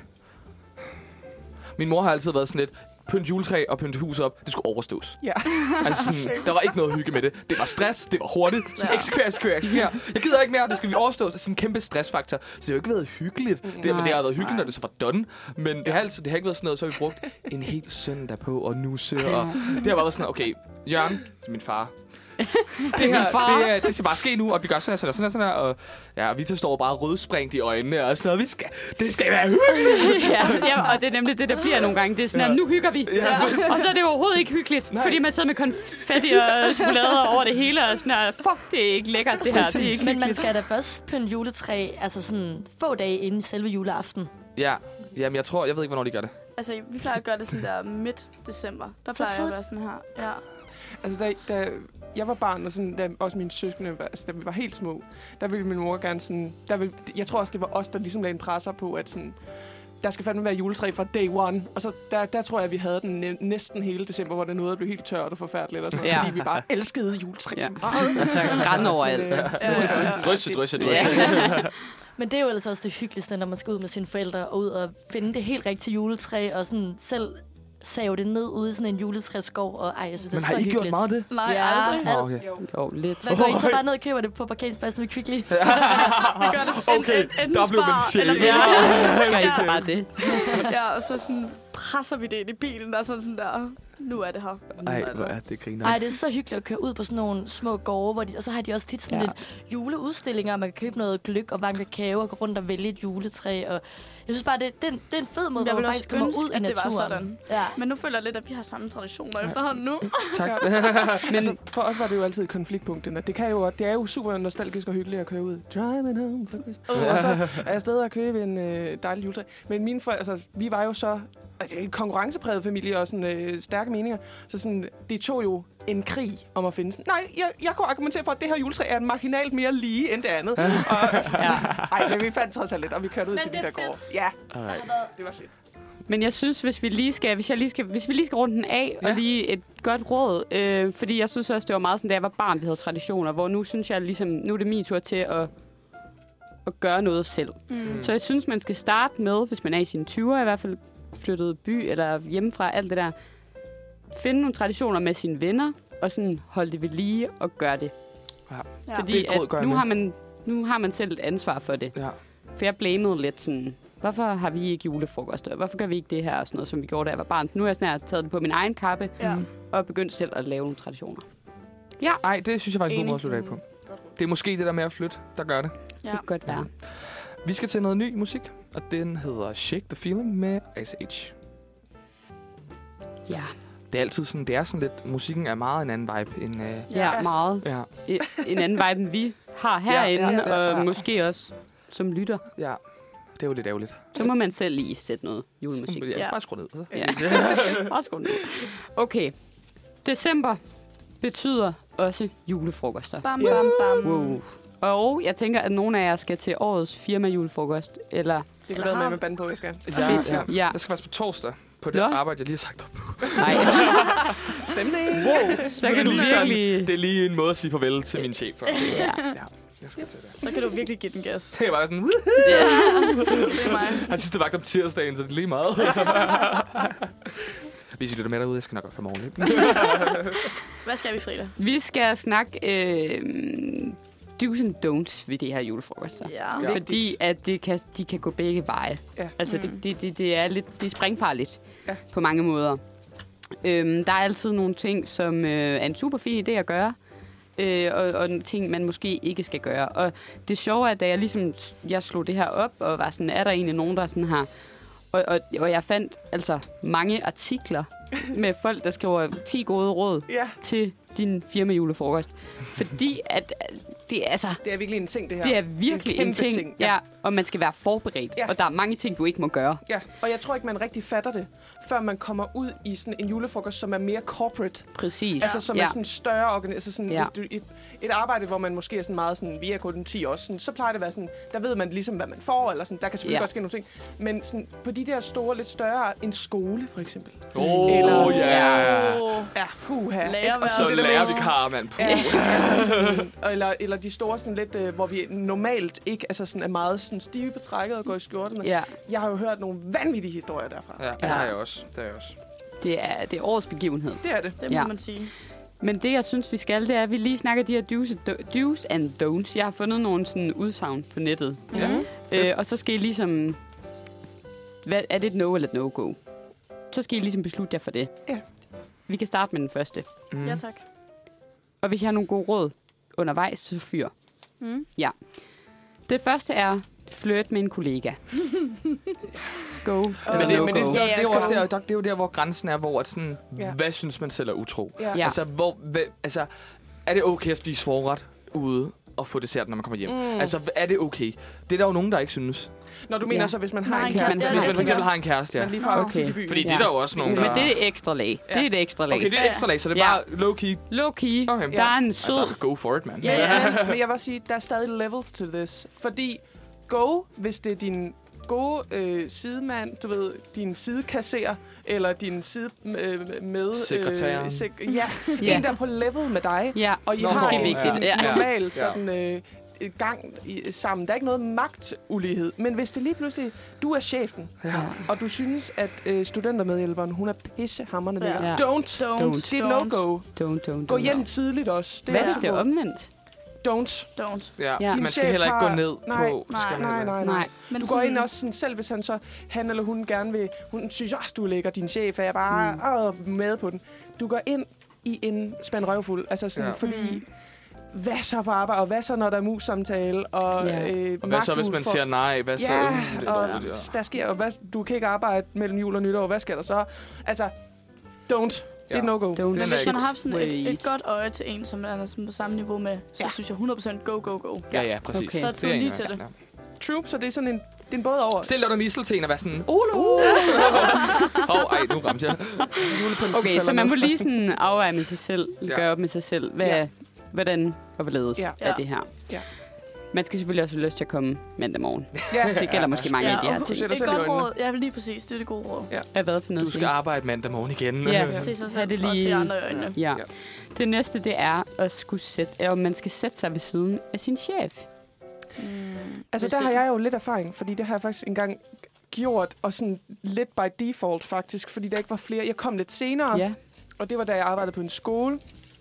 min mor har altid været sådan lidt, pynt juletræ og pynt hus op, det skulle overstås. Ja. Altså sådan, der var ikke noget hygge med det. Det var stress, det var hurtigt. Sådan, Ja. eksekver, eksekver, eksekver. Jeg gider ikke mere, det skal vi overstå. Sådan en kæmpe stressfaktor. Så det har jo ikke været hyggeligt. Det, men det har været hyggeligt, når det så var done. Men det har, altid, det har ikke været sådan noget, så har vi brugt en hel søndag på at nusse. Og det har bare været sådan, okay, Jørgen, min far. Det her, far. det, er- det skal bare ske nu, og vi gør sådan her, sådan her, sådan her, sådan her. Og ja, Vita står bare rødspringt i øjnene og sådan noget. Vi skal, det skal være hyggeligt. Ja, ja, og det er nemlig det, der bliver nogle gange. Det er sådan, at Ja. nu hygger vi. Ja. Og så er det overhovedet ikke hyggeligt, Nej. fordi man sidder med konfetti og chokolader over det hele. Og sådan her, fuck, det er ikke lækkert, det her. Det er ikke Men man hyggeligt. skal da først pynte juletræ, altså sådan få dage inden selve juleaften. Ja, jamen jeg tror, jeg ved ikke, hvornår de gør det. Altså, vi plejer at gøre det sådan der midt december. Der plejer jeg at tidligt? være sådan her. Ja. Altså, da, da jeg var barn, og sådan, da også mine søskende, var- altså, da vi var helt små, der ville min mor gerne sådan... Der ville, jeg tror også, det var os, der ligesom lagde en presser på, at sådan... Der skal fandme være juletræ fra day one. Og så der, der tror jeg, vi havde den næ- næsten hele december, hvor det nåede at blive helt tørt og forfærdeligt. Og sådan noget, Ja. Fordi vi bare elskede juletræ Ja. så meget. Så rende overalt. Men, øh, Ja, ja, ja. Drysse, drysse, drysse. Men det er jo altså også det hyggeligste, når man skal ud med sine forældre og ud og finde det helt rigtige juletræ, og sådan selv save det ned ude i sådan en juletræskov. Og ej, jeg synes, det er Men så har I hyggeligt. gjort meget af det? Nej, Ja. aldrig. Nå, okay. Jo, lidt. Hvad går I så bare ned og køber det på parkeringspladsen ved Kvickly? Vi gør det Okay, en, en, der blev man spar, eller sjældent. Ja, gør I så bare det. Ja, og så sådan presser vi det ind i bilen, og så sådan der, nu er det her. Ej, Så er hvor det. er det griner. Nej, det er så hyggeligt at køre ud på sådan nogle små gårde, hvor de, og så har de også tit sådan Ja. ja. lidt juleudstillinger, og man kan købe noget gløgg og varm kakao og gå rundt og vælge et juletræ. Og jeg synes bare, det, det, er, en, det er en fed måde, Jeg hvor vil man også faktisk kommer ønske, ud i at det var naturen. sådan. Ja. Men nu føler jeg lidt, at vi har samme traditioner efterhånden nu. Tak. Men altså, for os var det jo altid et konfliktpunkt. Det, det, kan jo, det er jo super nostalgisk og hyggeligt at køre ud. Driving home for Christmas. Uh. Og så er jeg afsted og købe en øh, dejlig juletræ. Men mine forældre, altså, vi var jo så... Altså, en konkurrencepræget familie og sådan øh, stærke meninger. Så sådan, det tog jo en krig om at finde sådan... Nej, jeg, jeg kunne argumentere for, at det her juletræ er marginalt mere lige end det andet. og, Ja. ej, men vi fandt trods alt lidt, og vi kørte ud Men til det de er der gårde. fedt. Ja, Ej. det var fedt. Men jeg synes, hvis vi lige skal, hvis jeg lige skal, hvis vi lige skal runde den af, Ja. og lige et godt råd, øh, fordi jeg synes også, det var meget sådan, da jeg var barn, vi havde traditioner, hvor nu synes jeg ligesom, nu er det min tur til at, at gøre noget selv. Mm. Så jeg synes, man skal starte med, hvis man er i sine tyvere, i hvert fald flyttet by eller hjemmefra, alt det der, finde nogle traditioner med sine venner, og sådan holde det ved lige og gøre det. Ja. Fordi Det er et råd, at gør jeg nu, med. har man, nu har man selv et ansvar for det. Ja. For jeg blamede lidt sådan, hvorfor har vi ikke julefrokoster? Hvorfor gør vi ikke det her og sådan noget, som vi gjorde, da jeg var barn? Nu har jeg snart taget det på min egen kappe Ja. og begyndt selv at lave nogle traditioner. Ej, det synes jeg faktisk er en god Enig. måde at slutte af på. Det er måske det der med at flytte, der gør det. Det kan godt være. Vi skal til noget ny musik, og den hedder Shake the Feeling med Ice Age. Ja, Det er altid sådan, det er sådan lidt, musikken er meget en anden vibe end... Øh, ja, meget. ja, I- En anden vibe, end vi har herinde, Ja, ja, ja, ja. og måske også som lytter. ja. Det er jo lidt ærgerligt. Så må man selv lige sætte noget julemusik. Ja, Ja. bare skru ned. Så. Ja. Også godt. Okay. December betyder også julefrokoster. Bam, Ja. bam, bam. Wow. Og jeg tænker, at nogle af jer skal til årets firma julefrokost. Eller... Det kan Eller være med har- med banden på, jeg skal. Ja, Fedt. ja. Ja. Jeg skal faktisk på torsdag på det Nå. arbejde, jeg lige har sagt op på. Nej. Stemning! Wow. Så kan du lige sådan- virkelig... Det er lige en måde at sige farvel til min chef. For. Ja. Ja, jeg skal til det. Så kan du virkelig give den gas. Det er bare sådan, Ja. Se mig. han sidste vagt om tirsdagen, så det er lige meget. Hvis I lytter med derude, jeg skal nok gøre for morgen. Hvad skal vi, Frida? Vi skal snakke øh, do's and don'ts ved det her julefrokoster. Ja. Fordi at det kan, de kan gå begge veje. Ja. Altså, Mm. det, det, det, det er lidt det er springfarligt Ja. på mange måder. Øhm, der er altid nogle ting, som øh, er en super fin idé at gøre, øh, og, og ting, man måske ikke skal gøre. Og det sjove er, da jeg ligesom jeg slog det her op, og var sådan, er der egentlig nogen, der sådan har... Og, og, og jeg fandt altså mange artikler med folk, der skriver ti gode råd Ja, til din firma-julefrokost. Fordi at det er altså... det er virkelig en ting, det her. Det er virkelig En en, kæmpe ting, ting, ja. ja. Og man skal være forberedt, Ja. og der er mange ting, du ikke må gøre. Ja, og jeg tror ikke, man rigtig fatter det, før man kommer ud i sådan en julefrokost, som er mere corporate. Præcis. Altså, som ja. er sådan større organisation. Altså sådan, Ja. hvis du, et, et arbejde, hvor man måske er sådan meget sådan, vi er kun ti også, sådan, så plejer det at være sådan, der ved man ligesom, hvad man får, eller sådan, der kan selvfølgelig Ja. godt ske nogle ting. Men sådan, på de der store, lidt større, en skole for eksempel. Åh, Eller- ja. Åh, Ja, puha. Lærerværelse. Ikke? Og Så det der med- lærer vi kar, mand. Puh. Ja, altså sådan, eller, eller de store sådan lidt, øh, hvor vi normalt ikke altså sådan er meget sådan stive betrækket og går i skjorterne. Ja, Jeg har jo hørt nogle vanvittige historier derfra. Ja, det har jeg også. Det har jeg også. det er, det er årets begivenhed. Det er det. det må Ja. man sige. Men det, jeg synes, vi skal, det er, at vi lige snakker de her do's and do- do's and don'ts. Jeg har fundet nogle sådan udsagn på nettet. Ja. Øh, og så skal I ligesom... Hvad, er det et no eller et no-go? Så skal I ligesom beslutte jer for det. Ja. Vi kan starte med den første. Mm. Ja, tak. Og hvis jeg har nogle gode råd undervejs, så fyr. Mm. Det første er flirt med en kollega. Go. Men eller det, no men det, go. det, det, er jo Ja, også go. der, det er jo der, hvor grænsen er, hvor at sådan, Ja. hvad synes man selv er utro? Ja. Ja. Altså, hvor, hvad, altså, er det okay at spise forret ude og få dessert, når man kommer hjem? Mm. Altså, er det okay? Det er der jo nogen, der ikke synes. Når du mener Ja. så, hvis man har Nej, en en kæreste, kæreste, man, Hvis Ja, man for det eksempel har en kæreste, ja. man lige får Okay. appetit i byen. Fordi Ja. det er der jo også nogen, Men der... det er ekstra lag. Ja. Det er et ekstra lag. Okay, det er ekstra lag, så det er Ja. bare low-key. Low key. Okay. Der er en sød... Altså, go for it, man. Men, men, men jeg vil også sige, der er stadig levels to this. Fordi go, hvis det er din gode øh, sidemand, du ved, din sidekasserer, eller din side øh, med... Sekretæren. Øh, sek- ja, Ja. en der er på level med dig. Ja, Og I Nå, har måske en, vigtigt. en Ja. normal sådan, øh, gang i, sammen. Der er ikke noget magtulighed. Men hvis det lige pludselig... Du er chefen, Ja. og du synes, at øh, studentermedhjælperen, hun er pissehammerende Ja. lækker. Ja. Don't. Don't. Det er et no-go. Don't, don't, Gå don't. hjem tidligt også. Det Hvad er hvis det er no-go. omvendt? Don't. Don't. Ja. Ja. Man Din skal chef heller ikke gå har- ned Nej, på... nej, skal man Nej, heller nej, ikke. nej. Nej. Men Du går ind også sådan, selv hvis han så, han eller hun gerne vil, hun synes også, du er lækker, din chef er bare mm. åh, med på den. Du går ind i en spand røvfuld, altså sådan, Ja. ja. fordi, Mm. hvad så på arbejde, og hvad så, når der er mus-samtale, og Ja. øh, Og hvad så, hvis man magtudfor- siger nej? Hvad så? Ja, Uh, det er og dårligt, ja. der sker, og hvad, du kan ikke arbejde mellem jul og nytår, hvad sker der så? Altså, don't. Det er Ja. no-go. Don't. Den Men er hvis ikke- man har haft sådan et, Wait. et godt øje til en, som er sådan på samme niveau med, så Ja. synes jeg hundrede procent go, go, go. Ja, ja, præcis. Okay. Så er Det er tiden lige enig til med. det. Ja. True, så det er sådan en, det er en både over. Stil dig under mistelten og vær sådan, Olo! Åh, ej, nu ramte jeg. Julepynten Okay, falder så man ned. må lige sådan afveje med sig selv, Ja. gøre op med sig selv, hvad, Ja. hvordan og hvorledes Ja. er Ja. det her. Ja. Man skal selvfølgelig også have lyst til at komme mandag morgen. Ja, Det gælder måske mange af de her og ting. sætter et selv i godt øjnene. råd. Ja, lige præcis. Det er det gode råd. Hvad hvad for noget? Du skal Signe? arbejde mandag morgen igen. Ja. Se sig Ha' selv det og se lige- andre i øjnene. Ja. Ja. Det næste, det er at skulle sætte, eller man skal sætte sig ved siden af sin chef. Mm. Altså, Hvis der har ikke- jeg jo lidt erfaring, fordi det har jeg faktisk engang gjort, og sådan lidt by default faktisk, fordi der ikke var flere. Jeg kom lidt senere, Ja. og det var da jeg arbejdede på en skole.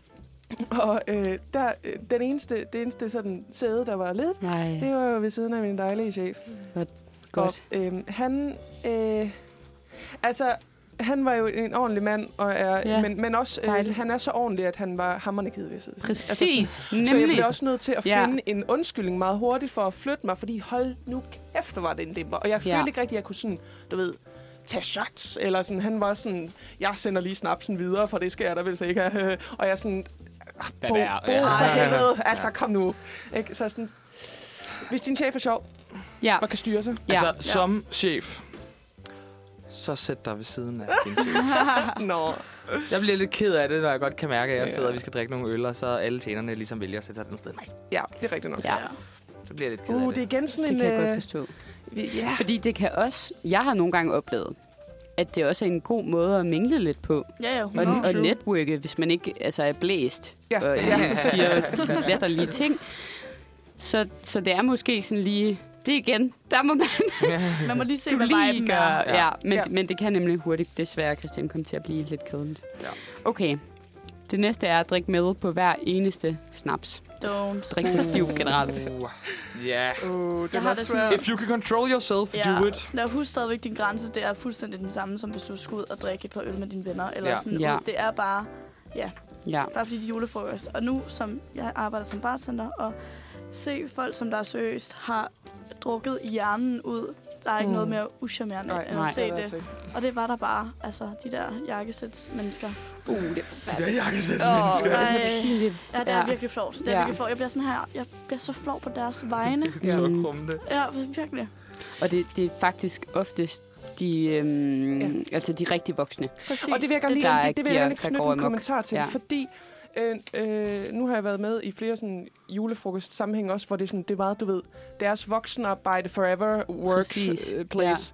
Og øh, der, øh, den eneste, det eneste sådan sæde, der var ledigt, Nej, det var jo ved siden af min dejlige chef. godt. Og, øh, han, øh, altså, han var jo en ordentlig mand, og er, Ja, men, men også, øh, dejligt. han er så ordentlig, at han var hammerende ked ved sig. Præcis, så jeg nemlig. blev også nødt til at Ja. finde en undskyldning meget hurtigt for at flytte mig, fordi hold nu kæft, hvor var det en dæmper. Og jeg Ja. følte ikke rigtigt, at jeg kunne sådan, du ved, tage shots, eller sådan, han var sådan, jeg sender lige snapsen videre, for det skal jeg da vel så ikke have. Og jeg sådan, Hvad Bo, det er, Bo, ja. for Ja. helvede, altså kom nu. Ikke? Så sådan, hvis din chef er sjov, Ja. og kan styre sig. Ja. Altså, som chef, så sæt dig ved siden af din chef. Nå. Jeg bliver lidt ked af det, når jeg godt kan mærke, at jeg Ja. sidder og vi skal drikke nogle øl, og så alle tjenerne ligesom vælger at sætte sig den sted. Nej, Ja, det er rigtigt nok. Ja. så bliver jeg lidt ked af Uh, det. det er igen sådan Det en... kan jeg godt øh, forstå. ja. Fordi det kan også... Jeg har nogle gange oplevet, at det også er en god måde at mingle lidt på. Ja, ja, Og, hundrede. og networke, hvis man ikke altså, er blæst Ja. og Ja. siger latterlige ting. Så, så det er måske sådan lige... Det er igen, der må man Man må lige se, du hvad lige viben gøre. er. Ja, ja, men, Ja. men det kan nemlig hurtigt, desværre, Christian, komme til at blive lidt kedeligt. Ja. Okay. Det næste er at drikke med på hver eneste snaps. Don't. Drik sig stiv generelt. Ja. Uh, det Jeg er har det svært. If you can control yourself, Ja, do it. så lad husk stadigvæk din grænse. Det er fuldstændig den samme, som hvis du skal ud og drikke et par øl med dine venner. Eller Ja. sådan Ja. ud. Det er bare, Ja. bare fordi det er julefrokost. Og nu, som jeg arbejder som bartender, og se folk, som der er seriøst, har drukket i hjernen ud. Der er ikke Mm. noget mere uschammerende Nej, end nej. at se det er det. altså ikke. Og det var der bare, altså de der jakkesæts mennesker. Uh, det er De der forfærdeligt. jakkesætsmennesker. Åh, Altså, Ej. det er pinligt. Ja, det er Ja. virkelig flovt. Det er Ja. virkelig flovt. Jeg bliver sådan her, jeg bliver så flov på deres vegne. Så Mm. krumte. Ja, virkelig. Og det, det er faktisk oftest de, øhm, Ja. altså de rigtig voksne. Præcis. Og det vil jeg gerne lige, der det, det vil giver- jeg gerne lige der knytte går en amok. kommentar til, Ja. fordi øh, øh, nu har jeg været med i flere sådan julefrokost sammenhæng også, hvor det er sådan, det er meget, du ved, deres voksenarbejde forever Præcis. workplace.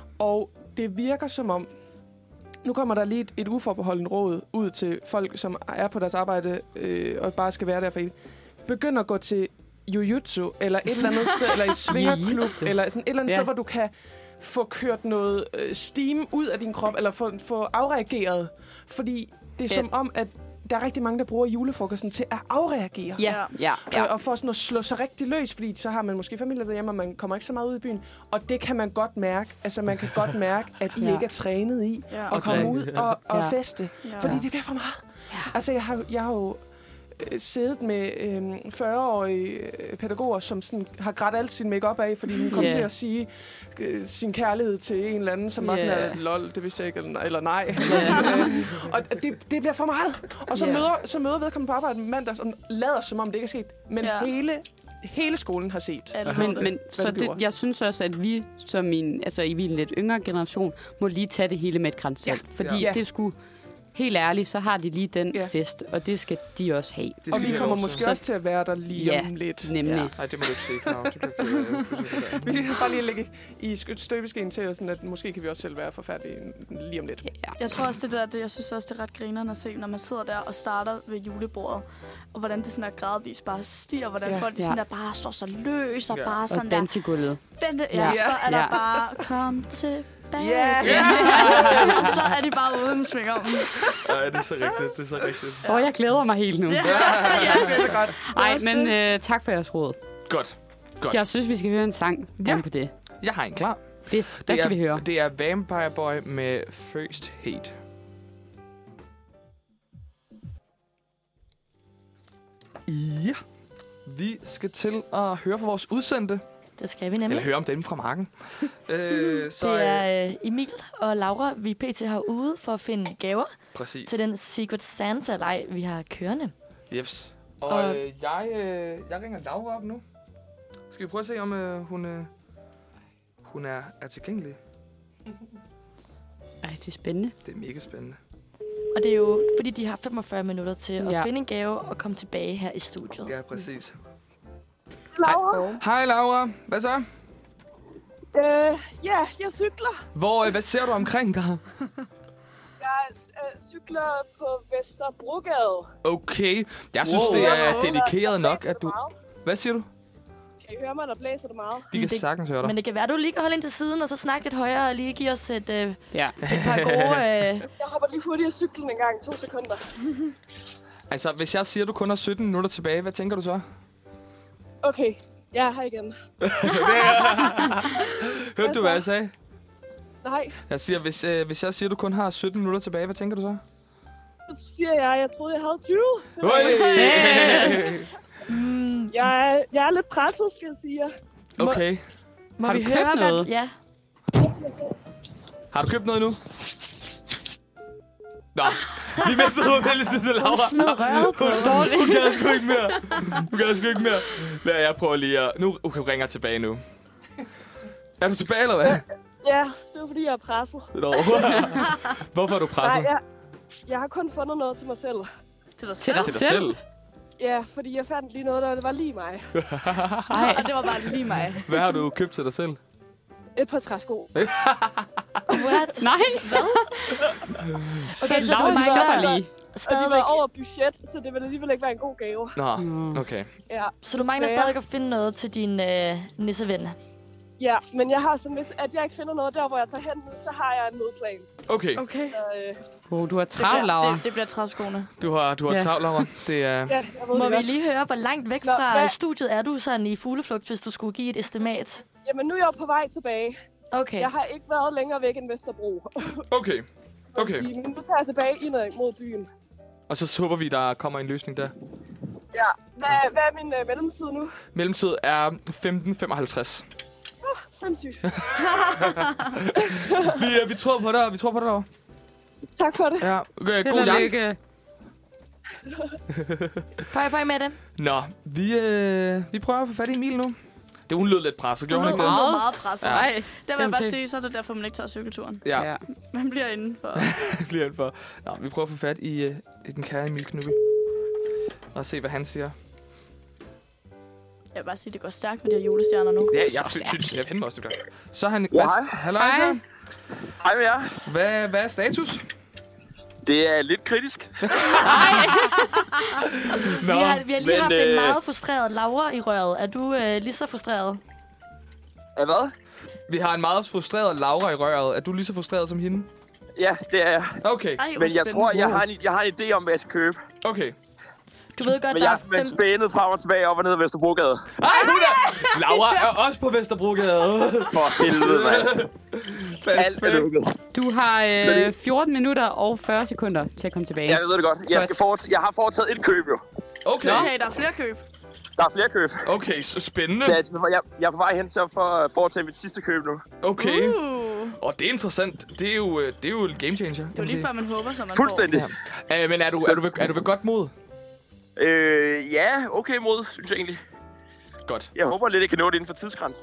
Og det virker som om, nu kommer der lige et, et uforbeholden råd ud til folk, som er på deres arbejde øh, og bare skal være der for evigt. Begynd at gå til jujutsu, eller et eller andet sted, eller i svingerklub, Jujutsu. eller sådan et eller andet Ja. sted, hvor du kan få kørt noget øh, steam ud af din krop, eller få, få afreageret. Fordi det er Ja. som om, at der er rigtig mange, der bruger julefrokosten til at afreagere. Ja, ja, ja. Øh, og for sådan at slå sig rigtig løs, fordi så har man måske familie derhjemme, og man kommer ikke så meget ud i byen. Og det kan man godt mærke. Altså, man kan godt mærke, at I Ja. ikke er trænet i Ja. at Okay. komme ud og, og Ja. feste. Ja. Fordi det bliver for meget. Ja. Altså, jeg har, jeg har jo øh, siddet med øh, fyrre-årige øh, pædagoger, som sådan har grædt alt sin make-up af, fordi hun kom Ja. til at sige øh, sin kærlighed til en eller anden, som var sådan, Ja. at lol, det vidste jeg ikke, eller nej. Eller nej. Eller sådan, øh, og det, det bliver for meget. Og så, Ja. møder, så møder vedkommende på arbejde mandag, og lader som om det ikke er sket. Men Ja. hele, hele skolen har set. Alle Men, ved men Hvad så du det, gjorde. jeg synes også, at vi som en, altså i en lidt yngre generation, må lige tage det hele med et grænsalt. Ja. Fordi Ja. det skulle, helt ærligt, så har de lige den Ja. fest, og det skal de også have. Det Og skal vi have kommer lov til. måske også til at være der lige Ja. om lidt. Nemlig. Ja. Ja. Nej, det må du ikke sige. No, det kan du ikke. øh, Vi kan bare lige lægge i skø- støbeskeen til, og sådan, at måske kan vi også selv være forfærdelige lige om lidt. Ja. Jeg tror også, det der, det, jeg synes også, det er ret grinerende at se, når man sidder der og starter ved julebordet, og hvordan det sådan er gradvist bare stiger, hvordan Ja. folk de Ja. sådan der bare står så løs og Ja. bare sådan Og der. dansegulvet. Bente, ja, Ja. så er der Ja. bare, kom tilbage Ja. til og så er de bare ude med svingerommen. Nej, det er så rigtigt. Det er så rigtigt. Åh, oh, jeg glæder mig helt nu. Ja. Ja, det er så godt. Ej, også men det. øh, tak for jeres råd. Godt. Godt. Jeg synes, vi skal høre en sang Ja. om på det. Jeg har en klar. Fedt. Hvad Det skal er, vi høre? Det er Vampire Boy med First Hate. Ja. Vi skal til at høre fra vores udsendte. Det skal vi Eller nemlig. høre om dem fra marken. øh, så, Det er øh, Emil og Laura, vi pt. har ude for at finde gaver Præcis. til den Secret Santa-leg, vi har kørende. Jeps. Og, Og- øh, jeg, øh, jeg ringer Laura op nu. Skal vi prøve at se, om øh, hun, øh, hun er, er tilgængelig? Ej, det er spændende. Det er mega spændende. Og det er jo, fordi de har femogfyrre minutter til at Ja. finde en gave og komme tilbage her i studiet. Ja, præcis. Laura? Hej Laura. Hvad så? Øh, ja, jeg cykler. Hvor, øh, hvad ser du omkring dig? Jeg øh, cykler på Vesterbrogade. Okay. Jeg synes, Wow. det Der er der dedikeret nok, blæser at det du... meget. Hvad siger du? Kan I høre mig, der blæser det meget? Vi kan Det- sagtens høre dig. Men det kan være, du lige kan holde ind til siden, og så snakke lidt højere og lige give os et, øh, Ja. et par gode... Øh, Jeg hopper lige hurtigt af cyklen en gang. To sekunder. Altså, hvis jeg siger, at du kun har sytten minutter tilbage, hvad tænker du så? Okay, jeg er her igen. Hørte du, hvad jeg sagde? Nej, Jeg siger, hvis, øh, hvis jeg siger, at du kun har sytten minutter tilbage, hvad tænker du så? så siger jeg, jeg troede, jeg havde tyve. Hey! mm, Jeg er, jeg er lidt presset, skal jeg sige jer. Okay. må Har vi du købt høre, noget? Hvad, ja. Har du købt noget nu? Nå, vi mistede forbindelsen til Laura. Hun smed røret på. Hun, hun kan sgu ikke mere. Hun kan sgu ikke mere. Lad jeg prøve lige at... Nu okay, ringer jeg tilbage nu. Er du tilbage, eller hvad? Ja, det var fordi, jeg er presset. Nå. Hvorfor er du Nej, presset? jeg, jeg har kun fundet noget til mig selv. Til dig Til selv. dig Til dig selv? Ja, fordi jeg fandt lige noget, der det var lige mig. Ej, det var bare lige mig. Hvad har du købt til dig selv? Et par træsko. What? Nej. Okay, så, så du Laura mangler shopper lige. Og de stadigvæk, var over budget, så det ville alligevel ikke være en god gave. Nå, Mm. okay. Ja, så du mangler desværre. stadig at finde noget til din øh, nisseven. Ja, men jeg har sådan, hvis at jeg ikke finder noget der, hvor jeg tager hen nu, så har jeg en modplan. Okay. Okay. Så, øh, Oh, du har Det travlt, bliver, Laura. det, det bliver træskoene. Du har, du har Ja. travlt, Laura. Det er... ja, jeg ved Må det vi godt. lige høre, hvor langt væk Nå, fra hvad- studiet er du sådan i fugleflugt, hvis du skulle give et estimat? Jamen, nu er jeg på vej tilbage. Okay. Jeg har ikke været længere væk end Vesterbro. Okay. Okay. Men nu tager jeg tilbage indad mod byen. Og så håber vi, der kommer en løsning der. Ja, hvad, hvad er min øh, mellemtid nu? Mellemtid er femten femoghalvtreds. Sindssygt. Vi, øh, vi tror på dig, vi tror på dig, Laura. Tak for det. Ja, okay, Held god og jagt. lykke. Pøj, pøj med det. Nå, vi, øh, vi prøver at få fat i Emil nu. Det hun lød lidt presset, gjorde hun Hun ikke er det? meget, meget presset. Ja. Nej, Det vil Dem jeg bare til. sige, så er det derfor, man ikke tager cykelturen. Ja, ja. Man bliver inde for... bliver han for. Nå, vi prøver at få fat i, øh, i den kære Emil Knubbel. Og se, hvad han siger. Jeg vil bare sige, det går stærkt med de her julestjerner nu. Ja, jeg synes, synes jeg fandme også, det gør. Så er han... Ja, Hvad, hej. halløj, Hej. så. Hej med jer. Hvad, hvad er status? Det er lidt kritisk. Nå, Vi har, vi har lige men, haft en øh, meget frustreret Laura i røret. Er du øh, lige så frustreret? Er hvad? vi har en meget frustreret Laura i røret. Er du lige så frustreret som hende? Ja, det er jeg. Okay, Ej, hvor Men jeg spændende. tror, jeg har, en, jeg har en idé om, hvad jeg skal købe. okay. Du ved godt, Men der jeg er er fem... fem... spændet frem og tilbage op og ned ad Vesterbrogade. Ej, hun er... Laura er også på Vesterbrogade. For helvede, mand. Alt er lukket. Du har Så øh, det- fjorten minutter og fyrre sekunder til at komme tilbage. Jeg ved det godt. Jeg, skal foret... jeg har foretaget et køb, jo. Okay, Okay, der er flere køb. Der er flere køb. okay, så spændende. Så jeg, jeg, jeg er på vej hen til at få- foretage mit sidste køb nu. Okay. Uh, Og det er interessant. Det er jo, øh, det er jo en game changer. det er jo lige før, man håber, så man Fuldstændig. Ja. Uh, men er du, er, du ved, er du ved godt mod? Øh, ja, okay mod, synes jeg egentlig. Godt. Jeg håber lidt, jeg kan nå det inden for tidsgrænsen.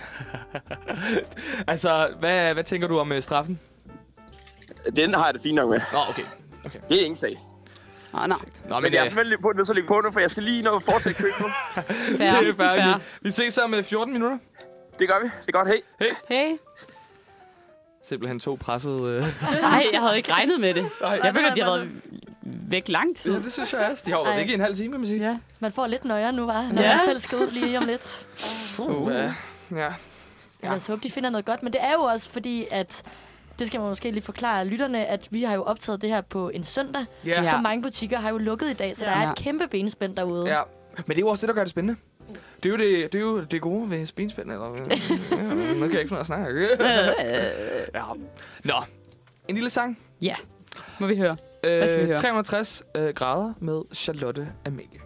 Altså, hvad, hvad tænker du om uh, straffen? Den har jeg det fint nok med. Nå, okay. Det er ingen sag. Nå, nå. Nå, Men, men jeg er uh, selvfølgelig på, nødt til at lægge på nu, for jeg skal lige nå at foretage køb nu. Fair, det er fair. fair. Vi, vi ses om uh, fjorten minutter. Det gør vi. Det er godt. Hej. Hey. Simpelthen to pressede... Uh... Nej, jeg havde ikke regnet med det. Nej, Jeg føler, at de har været væk lang tid. ja, det synes jeg også. De har jo været Ej. væk i en halv time, kan man sige. Ja, man får lidt nøje nu, var, når Ja. man selv skal ud lige om lidt. Uh. Ja. Ja. Lad os håbe, de finder noget godt. Men det er jo også fordi, at det skal man måske lige forklare lytterne, at vi har jo optaget det her på en søndag. Ja. Ja. Så mange butikker har jo lukket i dag, så Ja. der er Ja. et kæmpe benspænd derude. Ja. Men det er jo også det, der gør det spændende. Det er jo det, det, er jo det gode ved benspænd. Eller, ja, nu kan jeg ikke finde ud af at snakke. Ja. Nå. En lille sang. Ja, må vi høre. Hvad skal vi Øh, høre? tre hundrede og tres øh, grader med Charlotte Amalie.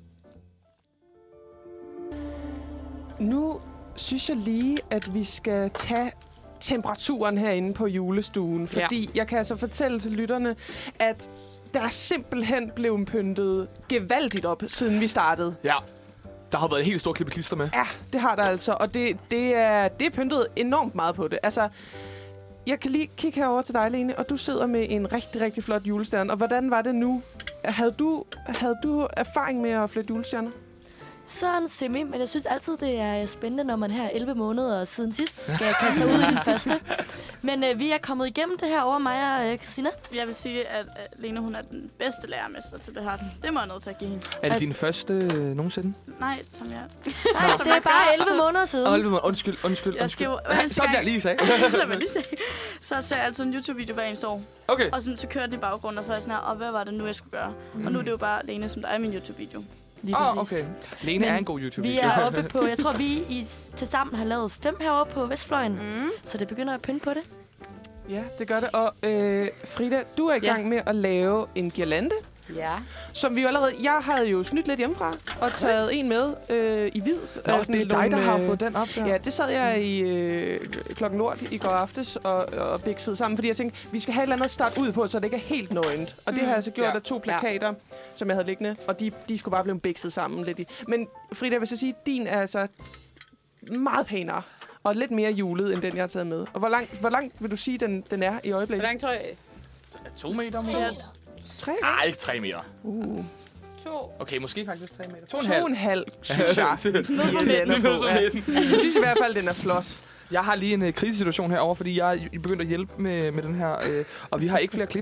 Nu synes jeg lige, at vi skal tage temperaturen herinde på julestuen. Fordi ja. jeg kan altså fortælle til lytterne, at der er simpelthen blevet pyntet gevaldigt op, siden vi startede. Ja. Der har været en helt stor klippe klister med. Ja, det har der altså. Og det, det, er, det er pyntet enormt meget på det. Altså, jeg kan lige kigge herover til dig, Lene, og du sidder med en rigtig, rigtig flot julestjerne. Og hvordan var det nu? Havde du, havde du erfaring med at flytte julestjerner? Sådan semi, men jeg synes altid, det er spændende, når man her elleve måneder siden sidst skal kaste sig ud i den første. Men øh, vi er kommet igennem det her over mig og øh, Christina. Jeg vil sige, at uh, Lene, hun er den bedste lærermester til det her. Det må jeg nødt til at give hende. Er det din første øh, nogensinde? Nej, som jeg... Nej, som det er jeg bare gør, elleve så- måneder siden. Åh, oh, undskyld, undskyld, Jeg undskyld. skal jo... hver eneste Sådan der gang- lige sagde. som jeg lige sagde. Så ser jeg altid en YouTube-video hver eneste år. Okay. Og så, så kører den i baggrunden, og så er jeg sådan her, og hvad var det nu, jeg skulle gøre? Mm. Og nu er det jo bare Lene, som der er min YouTube-video. Lige Åh, præcis. oh, okay. Lene Men er en god Vi YouTube-video. er oppe på, jeg tror, vi i, til sammen har lavet fem herovre på Vestfløjen. Mm. Så det begynder at pynte på det. Ja, det gør det. Og øh, Frida, du er i Ja. gang med at lave en girlande, Ja. som vi jo allerede... Jeg havde jo snydt lidt hjemmefra og taget en med øh, i hvid. Nå, Øh, sådan det er dig, nogle, der har øh, fået den op der. Ja, det sad jeg i øh, klokken lort i går aftes og, og biksede sammen, fordi jeg tænkte, vi skal have et eller andet at starte ud på, så det ikke er helt nøgent. Og det har jeg så gjort Ja. af to plakater, ja. som jeg havde liggende, og de, de skulle bare blive bikset sammen lidt i. Men Frida, jeg vil så sige, din er altså meget pænere og lidt mere julet, end den, jeg har taget med. Og hvor langt, hvor langt vil du sige, den, den er i Hvor øjeblikket? langt tror jeg? To meter måske? Ja, Tre? Nej, ikke tre meter. Uh. To. Okay, måske faktisk tre meter. To og en To halv. og en halv, synes jeg. nu på Lige midten. lander på, ja. Jeg synes i hvert fald, den er flot. Jeg har lige en uh, krisesituation herovre, fordi jeg er i- begyndt at hjælpe med, med den her, øh, og vi har ikke flere clips.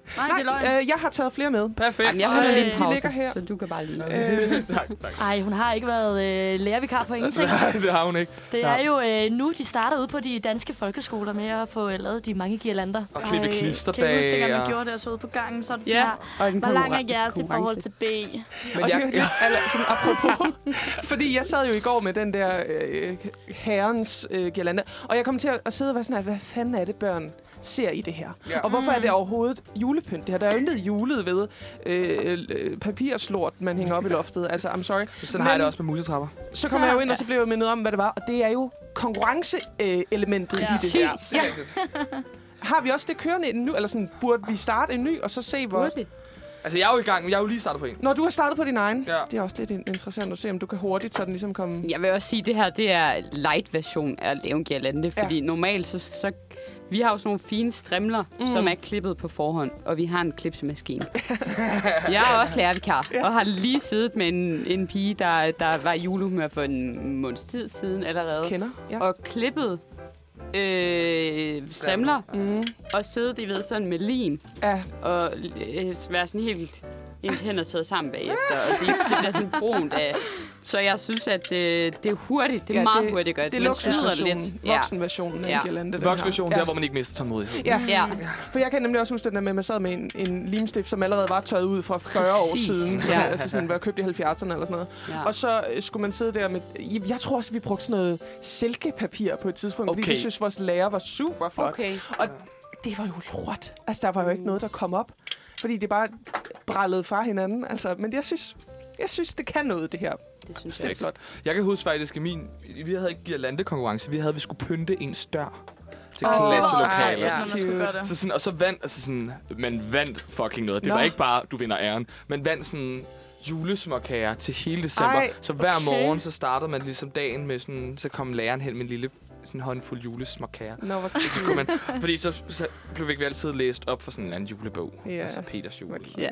Nej, det er løgn. øh, jeg har taget flere med. Perfekt. Jamen, jeg holder lige en De pause, ligger her. så du kan bare lige... Øh, tak, tak. Ej, hun har ikke været øh, lærervikar på ingenting. Nej, det har hun ikke. Det Ja. er jo øh, nu, de starter ud på de danske folkeskoler med at få øh, lavet de mange girlander. Og klippe Ej, Kan I klisterdage. huske, at man og- gjorde det og så ude på gangen? Så er det sådan Ja, her. og en Hvor lang er konkurrence- jeres i forhold til B? Men og jeg, det, er eller, sådan apropos, fordi jeg sad jo i går med den der øh, herrens øh, girlande, og jeg kom til at, at sidde og være sådan her, hvad fanden er det, børn ser i det her? Ja. Og hvorfor er det overhovedet julepynt? Det her, der er jo intet julet ved øh, øh, papirslort, man hænger op i loftet. Altså, I'm sorry. sådan har jeg det også med musetrapper. Så kom jeg jo ind, og så blev jeg mindet om, hvad det var, og det er jo konkurrenceelementet Ja. i det her. Præcis. Ja. Har vi også det kørende en ny, eller sådan, burde vi starte en ny, og så se, hvor... Hurtigt. Altså, jeg er jo i gang. Jeg er jo lige startet på en. Når du har startet på din egen, Ja. det er også lidt in- interessant at se, om du kan hurtigt sådan ligesom komme... Jeg vil også sige, at det her det er light-version af at lave en girlande, Ja. fordi normalt så, så... Vi har jo sådan nogle fine strimler, mm. som er klippet på forhånd, og vi har en klipsemaskine. Jeg er også lærervikar, ja. og har lige siddet med en, en pige, der, der var i julehumør for en måneds tid siden allerede, Kender. Ja. og klippet øh, strimler, Mm. og siddet, I ved, sådan med lim, Ja. og øh, være sådan helt... Ens hænder sidder sammen bagefter, og det, det bliver sådan brunt af... Så jeg synes, at øh, det er hurtigt. Det er Ja, meget det- hurtigt godt. Det er Man snyder luksusversionen. Ja. Voksenversionen af Ja. en girlande. den her. Voksversion, Ja. der hvor man ikke mister tålmodighed. Ja. Ja. For jeg kan nemlig også huske den der med, at man sad med en, en limstift, som allerede var tørret ud fra fyrre år Præcis. siden. Så, Ja. Altså sådan, var købt i halvfjerdserne eller sådan noget. Ja. Og så øh, skulle man sidde der med... Jeg tror også, at vi brugte sådan noget silkepapir på et tidspunkt, okay. fordi Okay. vi synes, vores lærer var super flot. Okay. Og det var jo lort. Altså, der var jo ikke noget, der kom op. Fordi det bare brællede fra hinanden. Altså, men jeg synes, jeg synes, det kan noget, det her. Det synes Det er jeg. flot. Jeg kan huske faktisk, at min... Vi havde ikke girlandekonkurrence. Vi havde, vi skulle pynte ens dør til Åh, oh, det var klasselokalet. ej, Når man skulle gøre det. Så sådan, og så vandt, altså sådan, man vandt fucking noget. Det Nå. var ikke bare, du vinder æren, men vandt sådan julesmåkager til hele december. Ej, så hver okay. morgen, så startede man ligesom dagen med sådan, så kom læreren hen med en lille sådan håndfuld julesmåkager. Nå, hvor Så kunne man, fordi så, så blev vi altid læst op for sådan en eller anden julebog. Ja. Altså Peters jul. Ja.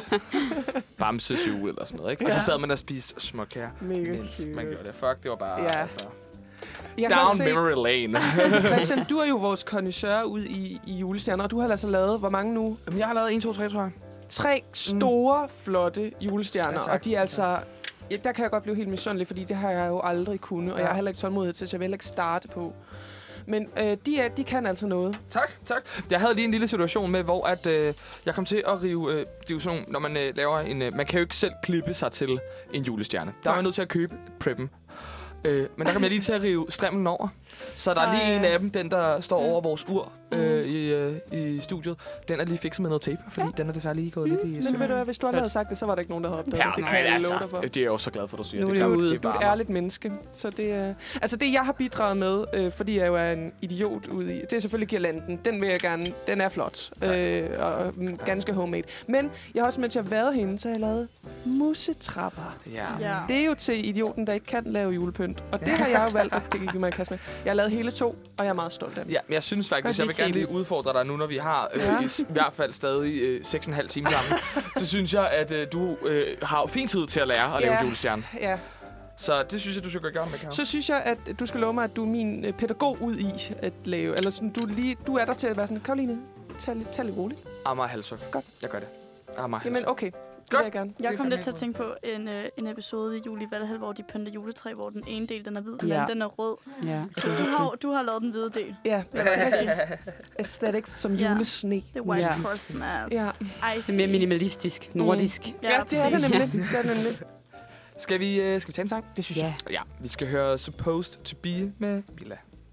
Bamses jul eller sådan noget, ikke? Og Ja. så sad man og spiste småkager, mega mens cute. man gjorde det. Fuck, det var bare, Ja. altså, Jeg kan også down se- memory lane. Christian, du er jo vores connoisseur ud i, i julestjerner, og du har altså lavet, hvor mange nu? Jamen, jeg har lavet en, to, tre, tror jeg. Tre store, mm. flotte julestjerner, Ja, ja, tak. og de er altså... Ja, der kan jeg godt blive helt misundelig, fordi det har jeg jo aldrig kunnet, og Ja. jeg har heller ikke tålmodighed til, så jeg vil heller ikke starte på. Men øh, de, er, de kan altså noget. Tak, tak. Jeg havde lige en lille situation med, hvor at, øh, jeg kom til at rive... Øh, det er jo sådan, når man øh, laver en... Øh, man kan jo ikke selv klippe sig til en julestjerne. Der er Nej. man nødt til at købe preppen. Øh, men der kom jeg lige til at rive strimlen over. Så der er lige Ej. en af dem, den der står over vores ur øh, i, øh, i studiet. Den er lige fikset med noget tape, fordi ja. den er desværre lige gået lidt i Men stykker. ved du hvad, hvis du aldrig havde sagt det, så var der ikke nogen, der havde opdaget Ja, det. Det nej, kan jeg altså, love dig for. det er jeg jo så glad for, at du siger. Nu er det, det gør- ude. det Du er et varmer. ærligt menneske. Så det er... Altså det, jeg har bidraget med, øh, fordi jeg jo er en idiot ude i... Det er selvfølgelig girlanden. Den vil jeg gerne... Den er flot. Øh, og mm, ganske homemade. Men jeg har også med til at være hende, så jeg har lavet musetrapper. Ja. Ja. Det er jo til idioten, der ikke kan lave julepynt. Og det har jeg jo valgt at give mig en kasse med. Jeg har lavet hele to, og jeg er meget stolt af dem. Ja, men jeg synes faktisk, Godt jeg lige vil se gerne dem. lige udfordre dig nu, når vi har øh, Ja. i, s- i hvert fald stadig øh, seks og en halv time sammen. Så synes jeg, at øh, du øh, har jo fin tid til at lære at lave Ja. julestjerne. Ja. Så det synes jeg, du skal gøre med, Karo. Så synes jeg, at du skal love mig, at du er min øh, pædagog ud i at lave... Eller sådan, du, lige, du er der til at være sådan, Karoline, tag, lidt- tag lidt roligt. Amager halsuk. Godt. Jeg gør det. Amager Jamen, halsuk. okay. Det Godt. vil jeg gerne. Jeg Det kom er lidt til at fandme tænke på en, øh, en episode i Jul i Valhall, hvor de pynter juletræ, hvor den ene del den er hvid, den Ja. anden den er rød. Ja. Så du har, du har lavet den hvide del. Ja, Det er rigtigt. aesthetics som Ja. julesne. The White Ja. Christmas. Ja. I Det er mere minimalistisk, nordisk. Ja, det er det præcis. nemlig. Det er det nemlig. Skal vi, øh, skal vi tage en sang? Det synes Ja. jeg. Ja, vi skal høre Supposed to Be med Milla.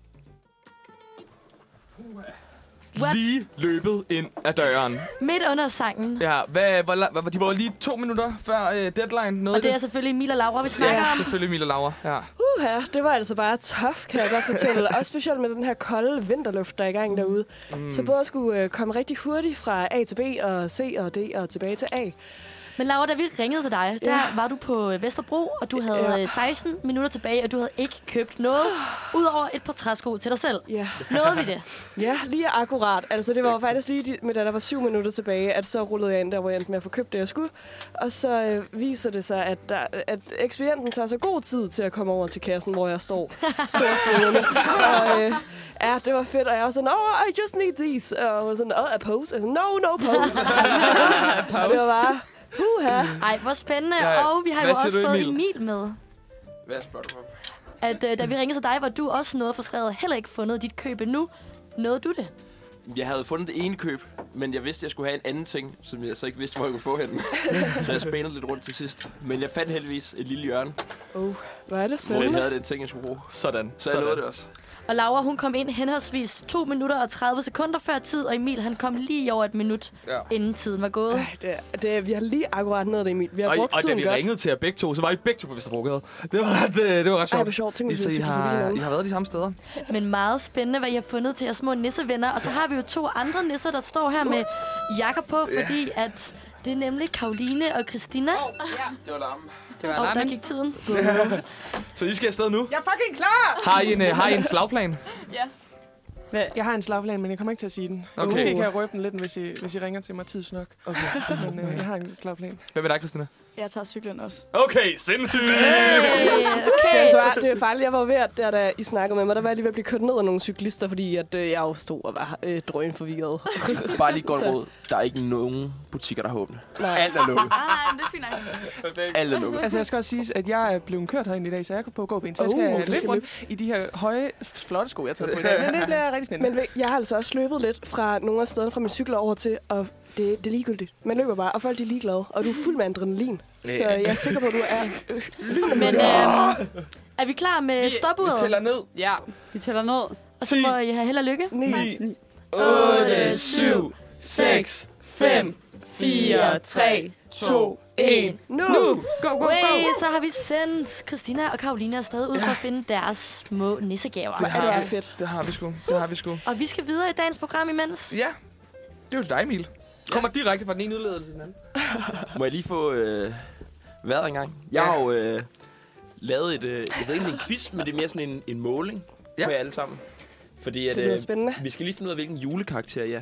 What? Lige løbet ind ad døren. Midt under sangen. Ja, hvad, hvor, la- hvor, de var lige to minutter før øh, deadline. Noget Og det af er selvfølgelig Mila og Laura, vi snakker ja, om. selvfølgelig Mila Laura. Ja. Uha, det var altså bare tough, kan jeg godt fortælle. Også specielt med den her kolde vinterluft, der er i gang derude. Mm. Så både at skulle øh, komme rigtig hurtigt fra A til B og C og D og tilbage til A. Men Laura, da vi ringede til dig, der Ja. var du på Vesterbro, og du havde Ja. øh, seksten minutter tilbage, og du havde ikke købt noget, udover et par træsko til dig selv. Ja. Nåede vi det? Ja, lige akkurat. Altså, det var jo faktisk lige de- med, da der var syv minutter tilbage, at så rullede jeg ind der, hvor jeg endte med at få købt det, jeg skulle. Og så øh, viser det sig, at, der, at ekspedienten tager så god tid til at komme over til kassen, hvor jeg står storsvedende. og øh, ja, det var fedt, og jeg var sådan, oh, I just need these. Og jeg var sådan, oh, a pose? Jeg var sådan, no, no pose. og det var bare, puha. Ej, hvor spændende. Ja, ja. Og vi har Hvad jo siger også du, fået Emil? Emil med. Hvad spørger du om? At øh, da vi ringede til dig, var du også noget frustreret, heller ikke fundet dit køb endnu. Nåede du det? Jeg havde fundet det ene køb, men jeg vidste, at jeg skulle have en anden ting, som jeg så ikke vidste, hvor jeg kunne få henne. Så jeg spændede lidt rundt til sidst. Men jeg fandt heldigvis et lille hjørne, Oh, hvor er det hvor jeg spændende. havde den ting, jeg skulle bruge. Sådan. Så jeg nåede det også. Og Laura, hun kom ind henholdsvis to minutter og tredive sekunder før tid, og Emil, han kom lige over et minut, Ja. inden tiden var gået. Ej, det, er- det, er- vi har lige akkurat nået det, Emil. Vi har Og, brugt og da tiden vi godt. ringede til jer begge to, så var I begge to på Vesterbrogade. Det var ret, øh, det var ret Ej, sjovt. hvor sjovt. Tænk, I, hvis så vi I cykler forbi har, hinanden. I har været de samme steder. Men meget spændende, hvad I har fundet til jeres små nissevenner. Og så har vi jo to andre nisser, der står her med jakker på, fordi at det er nemlig Karoline og Christina. Det var larmen. Det var Og der larmen. gik tiden. Så I skal afsted nu. Jeg er fucking klar! Har I en, øh, har I en slagplan? Jeg har en slagplan, men jeg kommer ikke til at sige den. Okay. Måske kan jeg røbe den lidt, hvis I, hvis I ringer til mig tidsnok. Okay. Men øh, jeg har en slagplan. Hvad med dig, Christina? Jeg tager cyklen også. Okay, sindssygt! Hey, Det er, okay. altså, bare- det er fejl. Jeg var ved, at der, da I snakkede med mig, der var jeg lige ved at blive kørt ned af nogle cyklister, fordi at, øh, jeg jo stod og var øh, drøn forvirret. Bare lige godt Så- råd. Der er ikke nogen butikker, der har åbne. Nej. Alt er lukket. Ah, det er fint nok. Alt er lukket. Altså, jeg skal også sige, at jeg er blevet kørt herind i dag, så jeg kan på gåben. Så jeg Oh, skal det løbe skal rundt i de her høje, flotte sko, jeg har taget på i dag. Men det bliver rigtig spændende. Men ved- jeg har altså også løbet lidt fra nogle af stederne fra min cykel over til, og det, det er ligegyldigt. Man løber bare, og folk de er ligeglade, og du er fuld med adrenalin. Så jeg er sikker på, at du er øh, lynende. Men øh, er vi klar med Vi- stopuret? Vi tæller ned. Ja, vi tæller ned. Og så må I have held og lykke. ni, otte, syv, seks, fem, fire, tre, to, en. nu! Nu! Go, go, Hey, go! så har vi sendt Christina og Karoline afsted ud for at finde deres små nissegaver. Det Ja, det har er vi. fedt. Det har vi sgu. Det har vi sgu. Og vi skal videre i dagens program imens. Ja, det er jo til dig, Emil. Kommer direkte fra den ene udledelse til den anden. Må jeg lige få øh, været en gang? Jeg har jo øh, lavet et, øh, jeg ved ikke, om det er en quiz, men det er mere sådan en, en måling Ja. på jer alle sammen. Fordi at, Det lyder øh, spændende. vi skal lige finde ud af, hvilken julekarakter jeg er.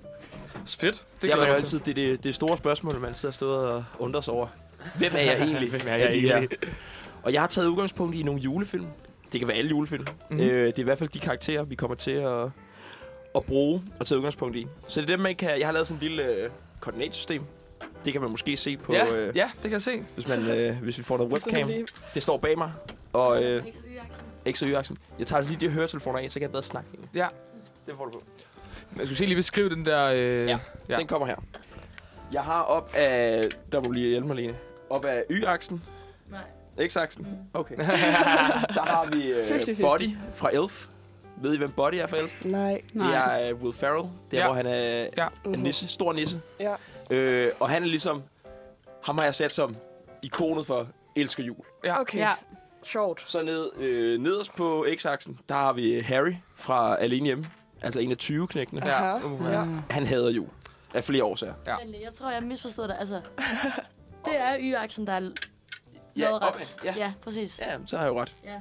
Fedt. Det Det er glæder jo jeg mig til. altid det, det, det store spørgsmål, man sidder og stået og undrer sig over. Hvem er jeg egentlig? Hvem er jeg af de her? egentlig? Og jeg har taget udgangspunkt i nogle julefilm. Det kan være alle julefilm. Mhm. Mm. Øh, det er i hvert fald de karakterer, vi kommer til at, at bruge og tage udgangspunkt i. Så det er dem, man kan... Jeg har lavet sådan en lille øh, koordinatsystem. Det kan man måske se på, Ja, øh, ja, det kan jeg se. hvis, man, øh, hvis vi får noget Sådan webcam. lige- Det står bag mig. Og øh, X og Y-aksen. X og Y-aksen. Jeg tager altså lige de høretelefoner af, så kan jeg bedre snakke. Ja. Det får du på. Jeg skulle se lige beskrive den der... Øh, Ja. Ja. Ja. Den kommer her. Jeg har op af... Der må du lige hjælpe mig, Lene. Op af Y-aksen. Nej. X-aksen. Okay. Der har vi øh, halvtreds halvtreds. Body fra Elf. Ved I, hvem Body er fra Elf? Nej. Det er uh, Will Ferrell. Det er, Ja. hvor han er Ja. en nisse. Stor nisse. Ja. Øh, og han er ligesom... Ham har jeg sat som ikonet for elsker jul. Ja. Okay. Ja. Sjovt. Så ned, øh, nederst på X-aksen, der har vi Harry fra Alene Hjemme. Altså en af tyve-knækkene. Ja. Aha. Uh, Ja. Han hader jul. Af flere årsager. Ja. Men jeg tror, jeg misforstod dig. Altså, det er Y-aksen, der er l- noget opad. ret. Ja. Ja, præcis. Ja, så har jeg jo ret. Ja.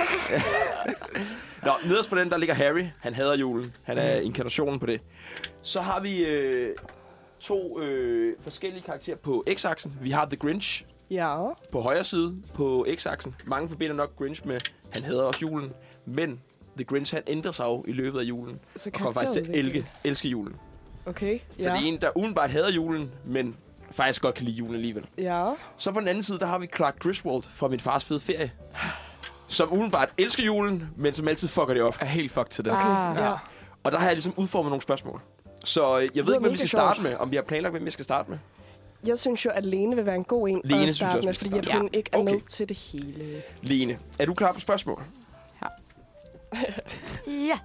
Nå, nederst på den, der ligger Harry. Han hader julen. Han er inkarnationen på det. Så har vi øh, to øh, forskellige karakterer på X-aksen. Vi har The Grinch Ja. på højre side på X-aksen. Mange forbinder nok Grinch med, han hader også julen. Men The Grinch, han ændrer sig jo i løbet af julen. Så Og kommer faktisk til at karakterudvikling. elske, elske julen. Okay. Så Ja. det er en, der udenbart hader julen, men faktisk godt kan lide julen alligevel. Ja. Så på den anden side, der har vi Clark Griswold fra Min Fars Fede Ferie. Som udenbart elsker julen, men som altid fucker det op. er helt fucked til det. Ah. Ja. Og der har jeg ligesom udformet nogle spørgsmål. Så øh, jeg ved lyder ikke, hvem mega vi skal sjovt. starte med. Om vi har planlagt, hvem vi skal starte med. Jeg synes jo, at Lene vil være en god en Lene at synes jeg starte også, med, vi skal fordi at starte. hun ikke er Okay. med til det hele. Lene, er du klar på spørgsmål? Ja.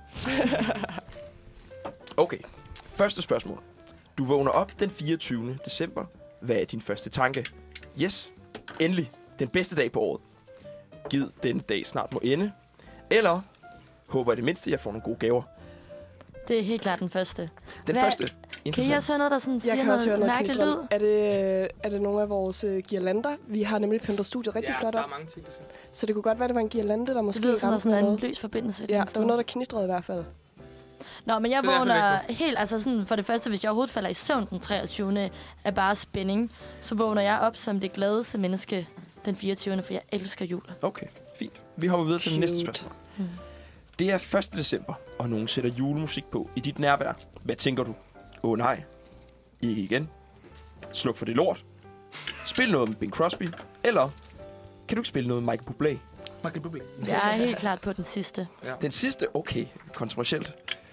Okay. Første spørgsmål. Du vågner op den fireogtyvende december. Hvad er din første tanke? Yes, endelig. Den bedste dag på året. Gid den dag snart må ende. Eller håber i det mindste, jeg får nogle gode gaver. Det er helt klart den første. Den Hvad- første. Kan I også høre noget, der sådan siger Jeg kan også høre noget noget mærkeligt lyd? knitren. Er det, er det nogle af vores uh, girlander? Vi har nemlig pyntet studiet rigtig ja, flot der op. er mange ting, der skal. Så det kunne godt være, det var en girlande, der måske Det lyder som ramte sådan en noget. løs forbindelse. Ja, der var noget, der knitrede i hvert fald. Nå, men jeg Det er vågner derfor helt, altså sådan, for det første, hvis jeg overhovedet falder i søvn den treogtyvende er bare spænding, så vågner jeg op som det gladeste menneske den fireogtyvende for jeg elsker jul. Okay, fint. Vi hopper videre til det næste Cute. spørgsmål. Det er første december, og nogen sætter julemusik på i dit nærvær. Hvad tænker du? Åh oh, nej. Ikke igen. Sluk for det lort. Spil noget med Bing Crosby. Eller kan du ikke spille noget med Michael Bublé? Michael Bublé. Jeg er helt klart på den sidste. Den sidste, okay. Kontroversielt.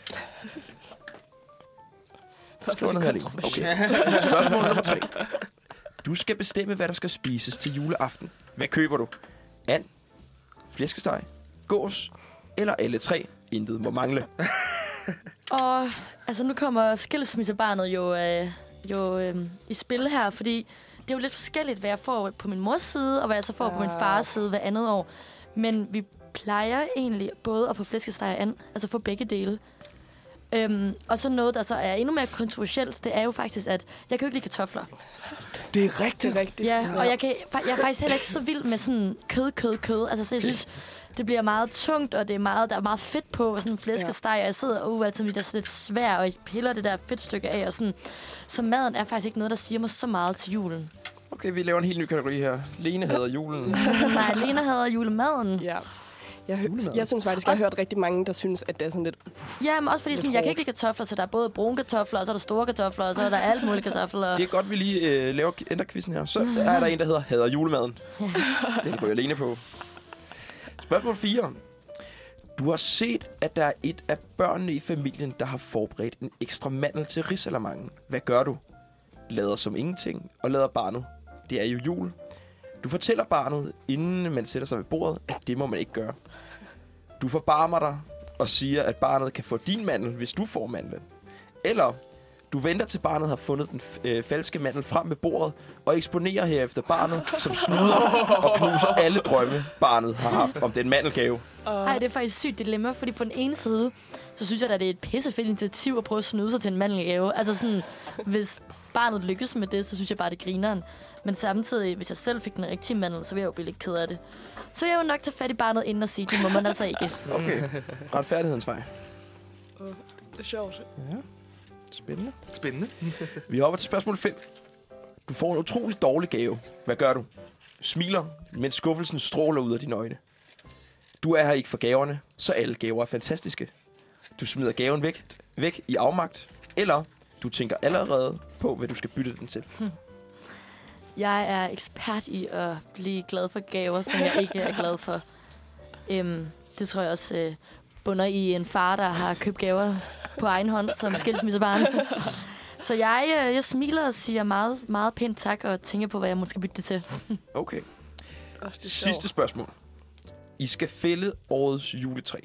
Skriv noget her lige. Okay. Spørgsmål nummer tre. Du skal bestemme, hvad der skal spises til juleaften. Hvad køber du? And, flæskesteg, gås eller alle tre? Intet må mangle. Og altså, nu kommer skilsmissebarnet jo, øh, jo øh, i spil her, fordi det er jo lidt forskelligt, hvad jeg får på min mors side, og hvad jeg så får på min fars side hver andet år. Men vi plejer egentlig både at få flæskesteg og and, altså få begge dele. Øhm, og så noget, der så er endnu mere kontroversielt, det er jo faktisk, at jeg kan jo ikke lide kartofler. Det er rigtigt. rigtigt. Ja, og jeg, kan, jeg er faktisk heller ikke så vild med sådan kød, kød, kød. Altså, så jeg synes, det bliver meget tungt, og det er meget, der er meget fedt på, og sådan en flæskesteg, og jeg sidder uh, altid lidt, lidt svær, og jeg piller det der fedtstykke af, og sådan. Så maden er faktisk ikke noget, der siger mig så meget til julen. Okay, vi laver en helt ny kategori her. Lene hader julen. Nej, Lena hader julemaden. Ja. Jeg, hø- jeg synes faktisk, jeg har hørt rigtig mange, der synes, at det er sådan lidt... Ja, men også fordi sådan, jeg kan ikke lide kartofler, så der er både brune kartofler, og så er der store kartofler, og så er der alt muligt kartofler. Det er godt, vi lige øh, laver ændrer quizzen her. Så er der en, der hedder hader julemaden. Den går jeg alene på. Spørgsmål fire. Du har set, at der er et af børnene i familien, der har forberedt en ekstra mandel til risalamangen. Hvad gør du? Lader som ingenting og lader barnet. Det er jo jul. Du fortæller barnet, inden man sætter sig ved bordet, at det må man ikke gøre. Du forbarmer dig og siger, at barnet kan få din mandel, hvis du får mandlen. Eller du venter til barnet har fundet den øh, falske mandel frem ved bordet og eksponerer herefter barnet, som snyder og knuser alle drømme, barnet har haft om den mandelgave. Ej, det er faktisk et sygt dilemma, fordi på den ene side, så synes jeg, at det er et pissefedt initiativ at prøve at snyde sig til en mandelgave. Altså sådan, hvis barnet lykkes med det, så synes jeg bare, det grineren. Men samtidig, hvis jeg selv fik den rigtige mandel, så vil jeg jo blive lidt ked af det. Så jeg er jo nok tage fat i barnet inden og sige, det må man altså ikke. Okay, retfærdighedens vej. Uh, det er sjovt. Ja, spændende. Spændende. Vi hopper til spørgsmål fem. Du får en utrolig dårlig gave. Hvad gør du? Du smiler, mens skuffelsen stråler ud af dine øjne. Du er her ikke for gaverne, så alle gaver er fantastiske. Du smider gaven væk, væk i afmagt, eller du tænker allerede på, hvad du skal bytte den til. Hmm. Jeg er ekspert i at blive glad for gaver, som jeg ikke er glad for. Øhm, det tror jeg også øh, bunder i en far, der har købt gaver på egen hånd som skilsmissebarn. Så jeg, øh, jeg smiler og siger meget, meget pænt tak og tænker på, hvad jeg måske skal bytte det til. Okay. Oh, Sidste spørgsmål. I skal fælde årets juletræ.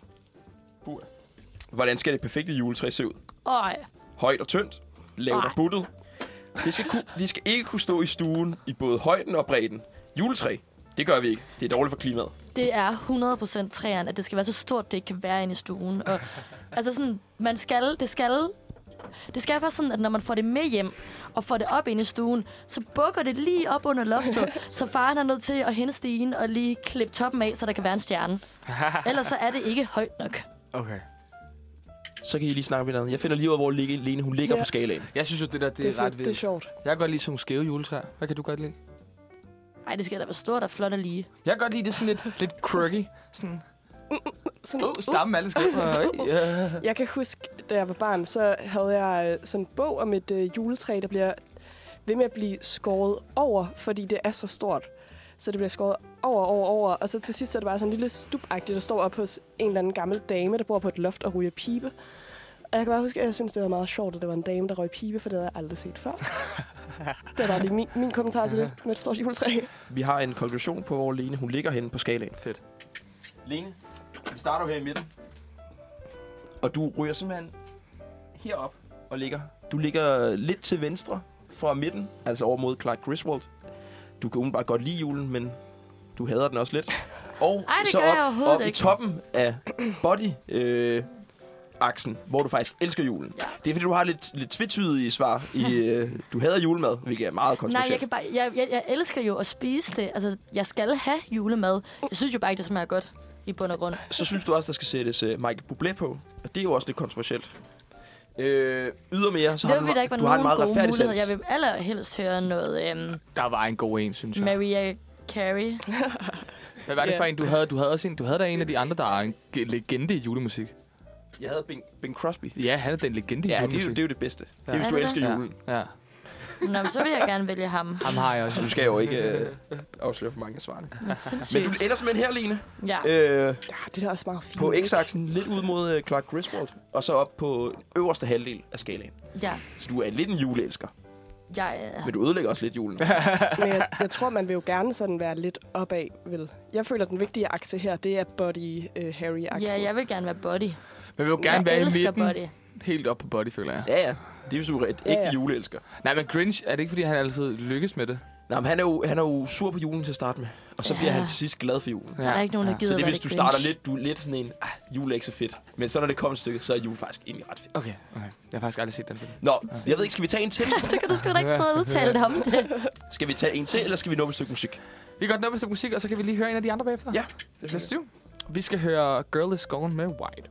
Hvordan skal det perfekte juletræ se ud? Øj. Højt og tyndt, lavt og buttet. Det skal, ku- de skal ikke kunne stå i stuen i både højden og bredden. Juletræ, det gør vi ikke. Det er dårligt for klimaet. Det er hundrede procent træerne, at det skal være så stort, det ikke kan være inde i stuen. Og, altså sådan, man skal, det skal, det skal være sådan, at når man får det med hjem og får det op inde i stuen, så bukker det lige op under loftet, så faren er nødt til at hente stigen og lige klippe toppen af, så der kan være en stjerne. Ellers så er det ikke højt nok. Okay. Så kan I lige snakke med hinanden. Jeg finder lige ud af, hvor Lene hun ligger Ja. på skalaen. Jeg synes jo, det der det, Det er, er ret fedt, det er vildt. sjovt. Jeg kan godt lide sådan nogle skæve juletræer. Hvad kan du godt lide? Nej, det skal da være stort og flot og lige. Jeg kan godt lide det sådan lidt, lidt quirky. Sådan, Sådan, uh, stammen alle skæve. Yeah. Jeg kan huske, da jeg var barn, så havde jeg øh, sådan en bog om et øh, juletræ, der bliver ved med at blive skåret over, fordi det er så stort. Så det bliver skåret over, over, over. Og så til sidst så er det bare sådan en lille stupagtigt, der står op hos en eller anden gammel dame, der bor på et loft og ryger pibe. Og jeg kan bare huske, at jeg synes, det var meget sjovt, at det var en dame, der røg pibe, for det havde jeg aldrig set før. Det var lige min, min kommentar til det med et stort juletræ. Vi har en konklusion på, hvor Lene hun ligger henne på skalaen. Fedt. Lene, vi starter her i midten. Og du ryger simpelthen herop og ligger. Du ligger lidt til venstre fra midten, altså over mod Clark Griswold. Du kan umiddelbart godt lide julen, men du hader den også lidt. Og Ej, det så gør jeg op, overhovedet op ikke. i toppen af body, øh, X-aksen, hvor du faktisk elsker julen. Ja. Det er, fordi du har lidt, lidt tvetydige svar. I, øh, du hader julemad, hvilket er meget kontroversielt. Nej, jeg, kan bare, jeg, jeg, jeg elsker jo at spise det. Altså, jeg skal have julemad. Jeg synes jo bare ikke, det smager godt i bund og grund. Så synes du også, der skal sættes uh, Michael Bublé på. Og det er jo også lidt kontroversielt. Øh, ydermere, så det har du, der ikke du har en meget gode retfærdig muligheder. sans. Jeg vil allerhelst høre noget... Um, der var en god en, synes jeg. Mariah Carey. Hvad var det for en, du havde? Du havde også en, du havde der en af de andre, der er en legende i julemusik. Jeg havde Bing, Bing Crosby. Ja, han er den legende i ja, julemusik. Ja, det, det er jo det bedste. Ja. Det er, hvis er du det elsker det? julen. Ja. Nå, men så vil jeg gerne vælge ham. Ham har jeg også. Du skal jo ikke øh, afsløre for mange af svarene. Men du ender simpelthen her, Line. Ja. Øh, Ja, det er da også meget fint. på X-aksen, lidt ud mod uh, Clark Griswold, og så op på øverste halvdel af skalaen. Ja. Så du er lidt en juleelsker. Jeg, uh... Men du ødelægger også lidt julen. Men jeg, jeg tror, man vil jo gerne sådan være lidt opad, vel? Jeg føler, at den vigtige akse her, det er Buddy uh, Harry-aksen. Ja, jeg vil gerne være Buddy. Men vi vil jo gerne jeg være i elsker midten. Buddy. Helt op på Buddy, føler jeg. Ja, ja. Det er hvis du er et ægte Ja, ja. juleelsker. Nej, men Grinch, er det ikke, fordi han altid lykkes med det? Nej, men han er, jo, han er jo sur på julen til at starte med. Og så Ja. bliver han til sidst glad for julen. Der er ikke nogen, der gider Så det er, være hvis du lidt starter Grinch. lidt, du er lidt sådan en, ah, jul er ikke så fedt. Men så når det kommer et stykke, så er jul faktisk egentlig ret fedt. Okay, okay. Jeg har faktisk aldrig set den film. Nå, jeg ved ikke, skal vi tage en til? Så kan du sgu da ikke sidde og udtale det om det. Skal vi tage en til, eller skal vi nå et stykke musik? Vi kan godt nå et stykke musik, og så kan vi lige høre en af de andre bagefter. Ja. Let's do. Vi skal høre Girl Is Gone med White.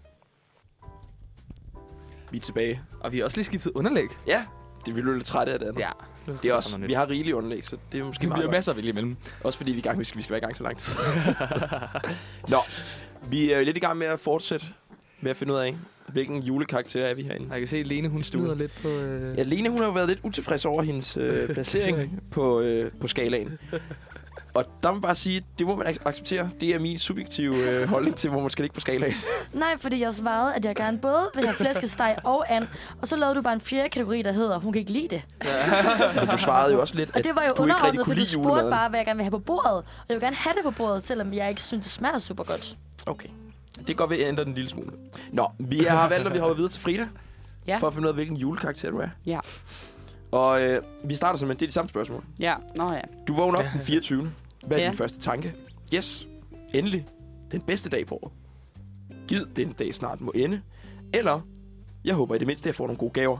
Vi er tilbage. Og vi har også lige skiftet underlæg. Ja, det vi lidt trætte af det andet. Ja. Det er også, vi har rigeligt underlæg, så det er måske Det meget bliver godt. masser af vilje imellem. Også fordi vi, er i gang, vi, skal, vi skal være i gang så lang tid. Nå, vi er jo lidt i gang med at fortsætte med at finde ud af, hvilken julekarakter er vi herinde. Jeg kan se, at Lene hun snyder lidt på... Øh... Ja, Lene hun har jo været lidt utilfreds over hendes øh, placering på, øh, på skalaen. Og der må man bare sige, det må man ac- acceptere. Det er min subjektive øh, holdning til, hvor man skal ligge på skalaen. Nej, fordi jeg svarede, at jeg gerne både vil have flæskesteg og and. Og så lavede du bare en fjerde kategori, der hedder, hun kan ikke lide det. Men du svarede jo også lidt, Og det var jo at du ikke rigtig underordnet, kunne fordi du lide spurgte julemaden. bare, hvad jeg gerne vil have på bordet. Og jeg vil gerne have det på bordet, selvom jeg ikke synes, det smager super godt. Okay. Det kan godt være, at jeg ændrer den en lille smule. Nå, vi har valgt, at vi hopper videre til Frida. Ja. For at finde ud af, hvilken julekarakter du er. Ja. Og øh, vi starter simpelthen, det er de samme spørgsmål. Ja, nå ja. Du vågner op den fireogtyvende Hvad er Ja. din første tanke? Yes, endelig. Den bedste dag på året. Gid den dag snart må ende. Eller, jeg håber i det mindste, at jeg får nogle gode gaver.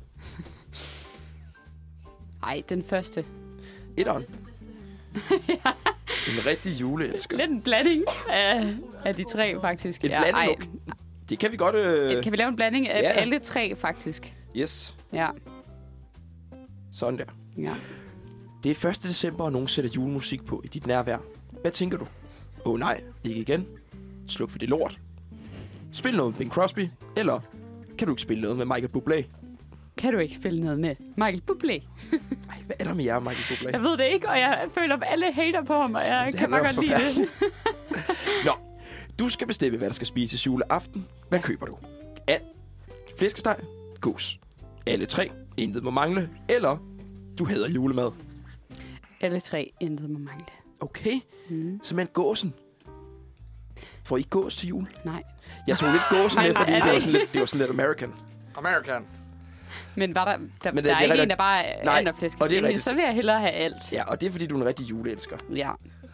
Ej, den første. Etteren. En rigtig juleelsker. Lidt en blanding af, af de tre, faktisk. En Ja, blanding? ej. Okay. Det kan vi godt... Øh... Kan vi lave en blanding af Ja. alle tre, faktisk? Yes, Ja. sådan der. Ja. Det er første december, og nogen sætter julemusik på i dit nærvær. Hvad tænker du? Åh oh, nej, ikke igen. Sluk for det lort. Spil noget med Bing Crosby, eller kan du ikke spille noget med Michael Bublé? Kan du ikke spille noget med Michael Bublé? Ej, hvad er der med jer, Michael Bublé? Jeg ved det ikke, og jeg føler, at alle hater på ham, og jeg Det kan er bare også godt lide det. Nå, du skal bestemme, hvad der skal spises juleaften. Hvad køber du? And, flæskesteg, gås. Alle tre, intet må mangle. Eller, du hader julemad. Alle tre, intet må mangle. Okay, Mm. simpelthen gåsen. Får I gås til jul? Nej. Jeg tog lidt gåsen Nej, med, nej, fordi er det det var, sådan lidt, det var sådan lidt American. American. Men var der, der, Men der det- er det er ikke da- en, der bare er Nej, and og flæsk. og det er Jamen, rigtigt. så vil jeg hellere have alt. Ja, og det er, fordi du er en rigtig juleelsker. Ja.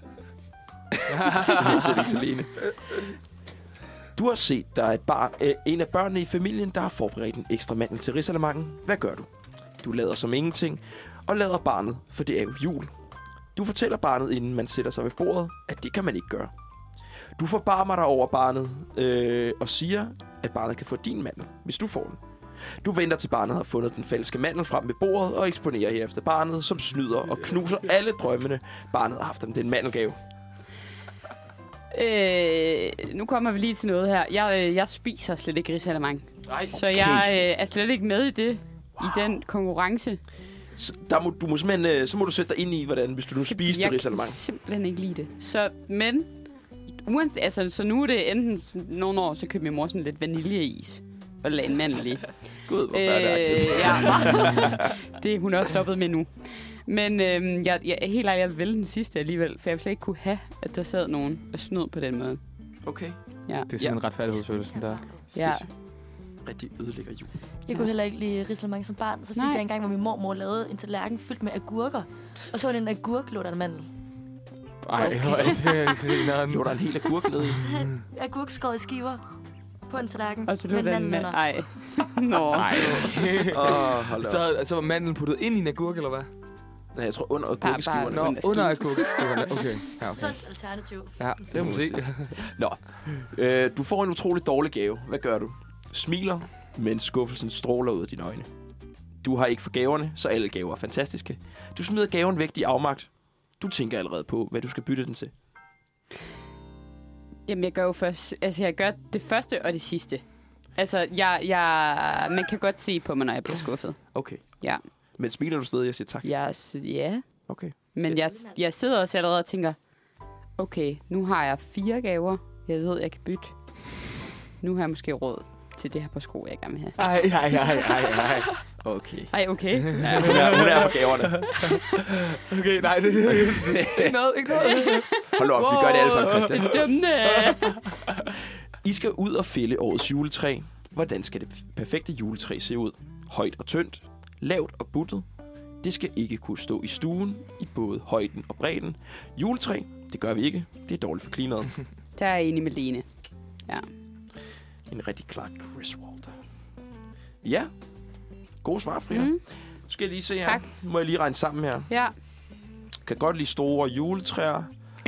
Jeg sætter ikke til Lene. Du har set, der er et barn, øh, en af børnene i familien, der har forberedt en ekstra mandel til risalemangen. Hvad gør du? Du lader som ingenting, og lader barnet, for det er jo jul. Du fortæller barnet, inden man sætter sig ved bordet, at det kan man ikke gøre. Du forbarmer dig over barnet, øh, og siger, at barnet kan få din mandel, hvis du får den. Du venter til barnet har fundet den falske mandel frem ved bordet, og eksponerer herefter barnet, som snyder og knuser alle drømmene, barnet har haft om den mandelgave. Øh, nu kommer vi lige til noget her. Jeg, øh, jeg spiser slet ikke risalemang. Nej. Så jeg øh, er slet ikke med i det, wow. i den konkurrence. Så, der må, du må simpelthen, øh, så må du sætte dig ind i, hvordan, hvis du nu spiser det Jeg risalemang. kan simpelthen ikke lide det. Så, men, uanset, altså, så nu er det enten nogle år, så køber min mor sådan lidt vaniljeis. Og lade en mandel i. Gud, hvor børneagtigt. ja, det er hun også stoppet med nu. Men øh, jeg, jeg, helt ærligt, jeg vil vælge den sidste alligevel, for jeg ville slet ikke kunne have, at der sad nogen og snød på den måde. Okay. Ja. Det er simpelthen ja. retfærdighedsfølelsen der. Ja. Rigtig ødelægger jul. Jeg kunne heller ikke lide risalemang som barn. Så fik Nej. jeg engang, hvor min mormor lavede en tallerken fyldt med agurker. Og så var det en agurk, lå der en mandel. Ej, hvor er det grineren. Lå der en hel agurk nede i? Agurk skåret i skiver. på en tallerken. Og så lå men den mandlen med... under. Ej. Nå. Nej. Åh, hold da op. Så, så var mandlen puttet ind i en agurk, eller hvad? Nej, jeg tror under Bare- bare agurkeskiverne. Nå, under under skiven. agurkeskiverne. Okay. Ja, okay. Sundt alternativ. Ja, det må man se. Nå, øh, du får en utrolig dårlig gave. Hvad gør du? Smiler, mens skuffelsen stråler ud af dine øjne. Du har ikke for gaverne, så alle gaver er fantastiske. Du smider gaven væk i afmagt. Du tænker allerede på, hvad du skal bytte den til. Jamen, jeg gør jo først... Altså, jeg gør det første og det sidste. Altså, jeg, jeg, man kan godt se på mig, når jeg bliver skuffet. Okay. Ja. Men smiler du stadig, jeg siger tak? Jeg, s- ja. Okay. Men jeg, jeg sidder også allerede og tænker, okay, nu har jeg fire gaver. Jeg ved, jeg kan bytte. Nu har jeg måske råd til det her par sko, jeg gerne vil have. Ej, ej, ej, ej, ej. Okay. Ej, okay. Ja, hun er, hun er på gaverne. Okay, nej, det, det, det, ikke noget, ikke noget. Hold op, vi gør det alle sammen, Christian. Bedømmende. I skal ud og fælde årets juletræ. Hvordan skal det perfekte juletræ se ud? Højt og tyndt, lavt og buttet. Det skal ikke kunne stå i stuen i både højden og bredden. Juletræ, det gør vi ikke. Det er dårligt for klimaet. Der er jeg enig med Lene. Ja. En rigtig Clark Griswold. Ja. God svar, Frida. Mm. Mm. Nu skal jeg lige se her. Tak. Nu må jeg lige regne sammen her. Ja. Kan godt lide store juletræer.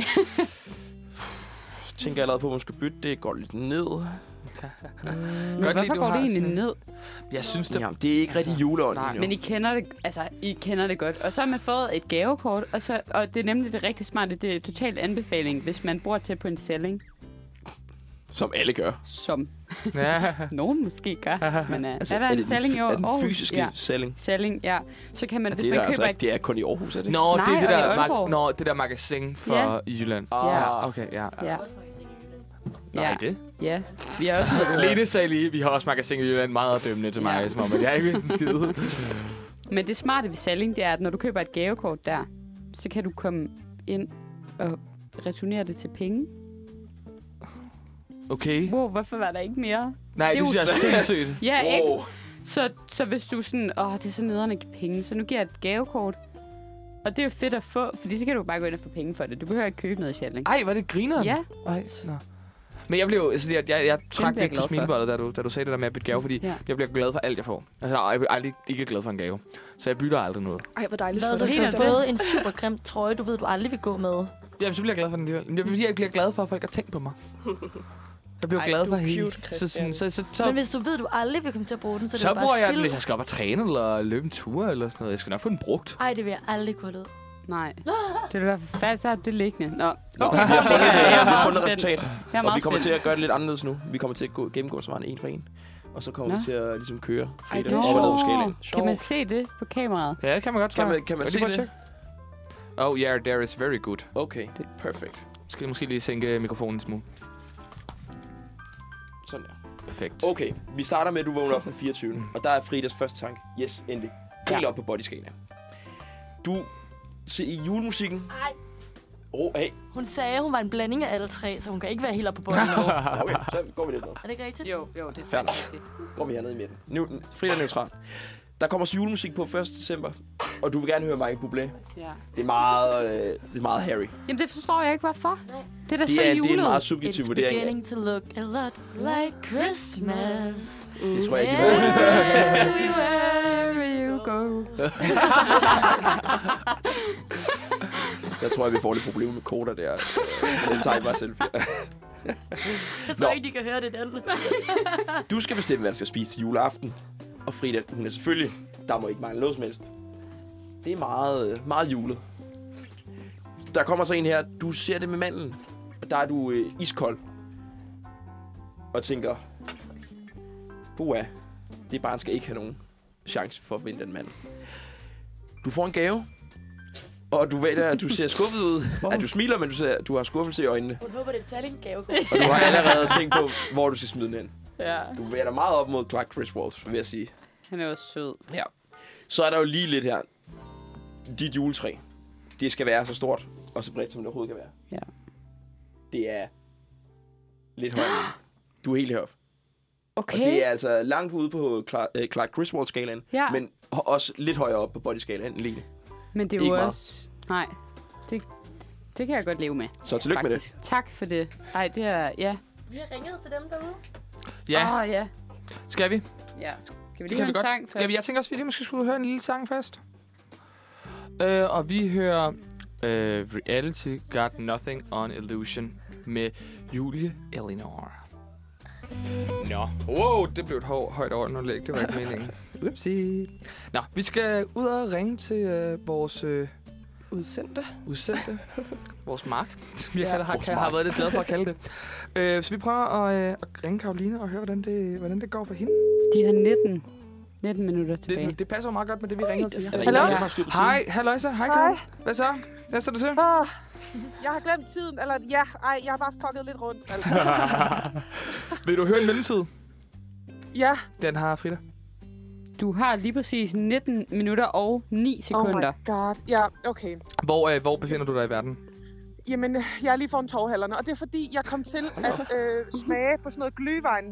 Tænker allerede på, at man skal bytte det. Går lidt ned. Men Godt hvorfor lide, du går har det egentlig sådan- ned? Jeg synes, det... Jamen, det er ikke rigtig juleånden, nej, jo. Men I kender det, altså, I kender det godt. Og så har man fået et gavekort, og, så, og det er nemlig det rigtig smarte. Det er totalt anbefaling, hvis man bor til på en selling, Som alle gør. som Ja. nogen måske gør, hvis man er. Altså, er der en det den, selling i f- er den Aarhus? fysiske Ja. selling? Selling, ja. Så kan man, Ja, hvis det, er man der, altså, køber ikke- det er kun i Aarhus, er det? Nå, Nej, det er det og i der, Aalborg. mag- nå, det der magasin for Ja. Jylland. Ja. Okay, ja. Ja. Nej, Ja. det. Ja, vi har også noget. Lene sagde lige, vi har også magasin i Jylland, meget dømmende til mig, Ja. som om, at jeg ikke vidste en skid. Men det smarte ved selling, det er, at når du køber et gavekort der, så kan du komme ind og returnere det til penge. Okay. Wow, hvorfor var der ikke mere? Nej, Det er det synes jo- jeg er sindssygt. Ja, Wow. ikke? Så, så hvis du sådan, åh, det er så nederen at give penge, så nu giver jeg et gavekort. Og det er jo fedt at få, fordi så kan du bare gå ind og få penge for det. Du behøver ikke købe noget i selling. Ej, var det grineren? Ja. Ej, nå. Men jeg blev jo, altså, jeg, jeg, jeg trak bliver jeg lidt på glad for. smilebåndet, da du, da du sagde det der med at bytte gave, fordi Ja. jeg bliver glad for alt, jeg får. Altså, jeg er aldrig ikke glad for en gave. Så jeg bytter aldrig noget. Ej, hvor dejligt. Hvad, for så dig, helt har Christian. fået en super grim trøje, du ved, du aldrig vil gå med. Jamen, så bliver jeg glad for den alligevel. Men det er fordi, jeg bliver glad for, at folk har tænkt på mig. Jeg bliver Ej, glad du for er hele. cute, Så, sådan, så, så, så, Men hvis du ved, du aldrig vil komme til at bruge den, så, så er det jo bruger bare jeg den, spil. hvis jeg skal op og træne, eller løbe en tur, eller sådan noget. Jeg skal nok få den brugt. Ej, det vil jeg aldrig gå ud. Nej. Det vil være forfærdeligt, så er det liggende. Nå, Nå, okay. vi har fundet, Jeg er vi har meget fundet spændt. resultat. Jeg er Og vi meget kommer til spændt. at gøre det lidt anderledes nu. Vi kommer til at gå, gennemgå svarene en for en. Og så kommer Nå. vi til at ligesom køre Ej, Frida det er op og ned på Nå, skalaen. kan man se det på kameraet? Ja, det kan man godt, Kan tror man, jeg. kan man Vil se du prøve at det? tjekke? Oh yeah, there is very good. Okay, perfekt. Skal jeg måske lige sænke mikrofonen en smule. Sådan der. Perfekt. Okay, vi starter med, at du vågner op den fireogtyvende Og der er Fridas første tanke. Yes, endelig. Helt Ja. op på bodyskala. Du ser i julemusikken. Ej. Oh, hey. Hun sagde, hun var en blanding af alle tre, så hun kan ikke være helt oppe på bunden nu. Okay, så går vi lidt ned. Er det ikke rigtigt? Jo, jo, det er Fair faktisk rigtigt. Går vi hernede i midten. Nu, Frida er neutral. Der kommer så julemusik på første december, og du vil gerne høre Michael Bublé. Ja. Det er meget, øh, det er meget Harry. Jamen, det forstår jeg ikke, hvorfor. Det er da Det så er, julet. det er en meget subjektiv It's vurdering. beginning to look a lot like Christmas. Det tror jeg ikke, det er. Everywhere you go. Der tror jeg, vi får lidt problemer med koder der. Men det tager jeg bare selv. Jeg tror ikke, de kan høre det den. Du skal bestemme, hvad du skal spise til juleaften. Og Frida, hun er selvfølgelig... Der må ikke mangle noget som helst. Det er meget, meget julet. Der kommer så en her. Du ser det med mandlen. Og der er du øh, iskold. Og tænker... Boa, det barn skal ikke have nogen chance for at vinde den mand. Du får en gave. Og du ved, at du ser skuffet ud. At du smiler, men du, ser, du har skuffelse i øjnene. Hun håber, det er et særligt gave. Og du har allerede tænkt på, hvor du skal smide den hen. Ja, Du bevæger dig meget op mod Clark Griswold, vil jeg sige. han er jo sød. Ja. Så er der jo lige lidt her. Dit juletræ. Det skal være så stort og så bredt, som det overhovedet kan være. Ja. Det er lidt højt. Du er helt heroppe. Okay. Og det er altså langt ude på Clark, øh, Clark Griswold-skalaen. Ja. Men også lidt højere op på bodyskalaen end Lene. Men det er Ikke jo meget. også... Nej, det, det kan jeg godt leve med. Så tillykke med det. Faktisk. Tak for det. Ej, det er... Ja. Vi har ringet til dem derude. Ja. Åh, oh, ja. Skal vi? Ja. Skal vi Det lige kan høre vi en godt. sang Skal vi? Jeg tænker også, vi lige måske skulle høre en lille sang først. Øh, og vi hører øh, Reality Got Nothing on Illusion med Julie Elinor. Nå, wow, det blev et hår, højt overlæg. Det var ikke meningen. Upsi. Nå, vi skal ud og ringe til øh, vores øh, Udsendte. udsendte. Vores mark. Vi Ja, ja, har, vores har, mark. har været lidt glade for at kalde det. Øh, så vi prøver at, øh, at ringe Karoline og høre, hvordan det, hvordan det går for hende. De har nitten, nitten minutter tilbage. Det, det passer jo meget godt med det, vi ringede til. Er der en, Hallo? der har styr på tiden? Hej, halløjsa. Hej, Hej. Karen. Hvad så? Hvad står du til? Åh, jeg har glemt tiden, eller ja, ej, jeg har bare fucket lidt rundt. Altså. Vil du høre en mellemtid? Ja, Den har Frida. Du har lige præcis nitten minutter og ni oh sekunder. my god. Ja, okay. Hvor, øh, hvor befinder du dig i verden? Jamen, jeg er lige foran torvhallerne, og det er fordi, jeg kom til at øh, smage på sådan noget glühwein.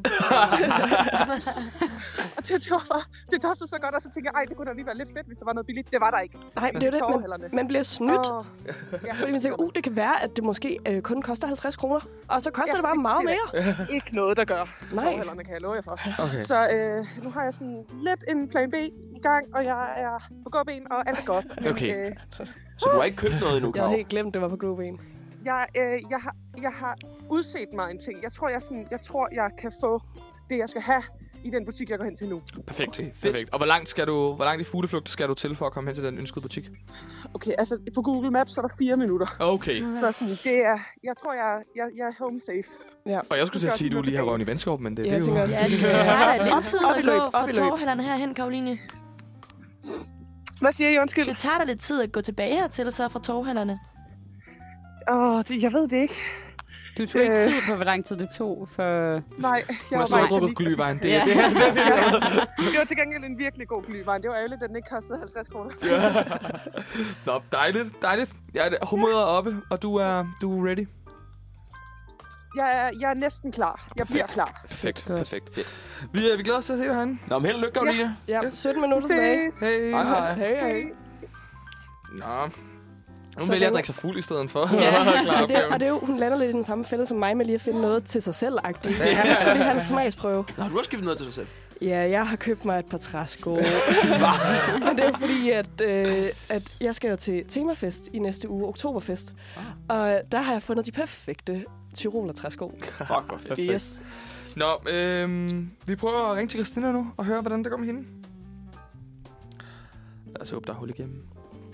og det, det, var bare, det duftede så godt, og så tænkte jeg, ej, det kunne da lige være lidt fedt, hvis der var noget billigt. Det var der ikke. Nej, det er jo det. Man, Torvhallerne. man bliver snydt. Åh, ja. Fordi man tænker, uh, det kan være, at det måske øh, kun koster halvtreds kroner. Og så koster Ja, det bare det- meget det mere. Ikke noget, der gør. Nej. Torvhallerne kan jeg love jer for. Okay. Så øh, nu har jeg sådan lidt en plan B i gang, og jeg er på gåben, og alt er godt. Men, Okay. øh, Så du har ikke købt noget endnu, Jeg havde Kav? helt glemt, det var på gåben. Jeg, øh, jeg, har, jeg har udset mig en ting. Jeg tror, jeg, sådan, jeg tror, jeg kan få det, jeg skal have i den butik, jeg går hen til nu. Perfekt. Okay, fedt. Perfekt. Og hvor langt, skal du, hvor langt i fugleflugt skal du til for at komme hen til den ønskede butik? Okay, altså på Google Maps så er der fire minutter. Okay. Så sådan, det er, jeg tror, jeg, jeg, jeg er home safe. Og jeg skulle til at sige, at du lige har røven i venskab, men det, Ja, det jeg er tænker jo... også, Ja, du det skal... tager da lidt Op- tid op i at løb, gå op fra i løb. torvhallerne herhen, Karoline. Hvad siger I, undskyld? Det tager da lidt tid at gå tilbage hertil, så fra torvhallerne. Åh, det, jeg ved det ikke. Du tog ikke Øh. tid på, hvor lang tid det tog, for... Nej, Hun jeg har var så bare drukket ikke glühwein. Det, Ja. det, det, det, det, Det var til gengæld en virkelig god glühwein. Det var ærgerligt, at den ikke kostede halvtreds kroner. Ja. Nå, dejligt, dejligt. Jeg er humøret er oppe, og du er, du er ready. Jeg er, jeg er næsten klar. Jeg bliver klar. Perfekt, perfekt. Vi, er, vi glæder os til at se dig herinde. Nå, men held og lykke, Karoline. Ja, sytten minutter tilbage. Ses. Hey. Hej, hej. Hey, hey. Hey. Nå. Nu Så vælger jeg at det- drikke sig fuld i stedet for. Ja. Klar Og det, opgaven. og det er jo, hun lander lidt i den samme fælde som mig med lige at finde noget til sig selv-agtigt. Jeg skulle lige have en smagsprøve. Nå, du har skiftet noget til dig selv. Ja, jeg har købt mig et par træsko. Men det er jo fordi, at, øh, at jeg skal jo til temafest i næste uge, Oktoberfest. Og der har jeg fundet de perfekte Tyroler træsko. Fuck, hvor fedt. Yes. Nå, øhm, vi prøver at ringe til Christina nu og høre, hvordan det går med hende. Lad os håbe, der er hul igennem.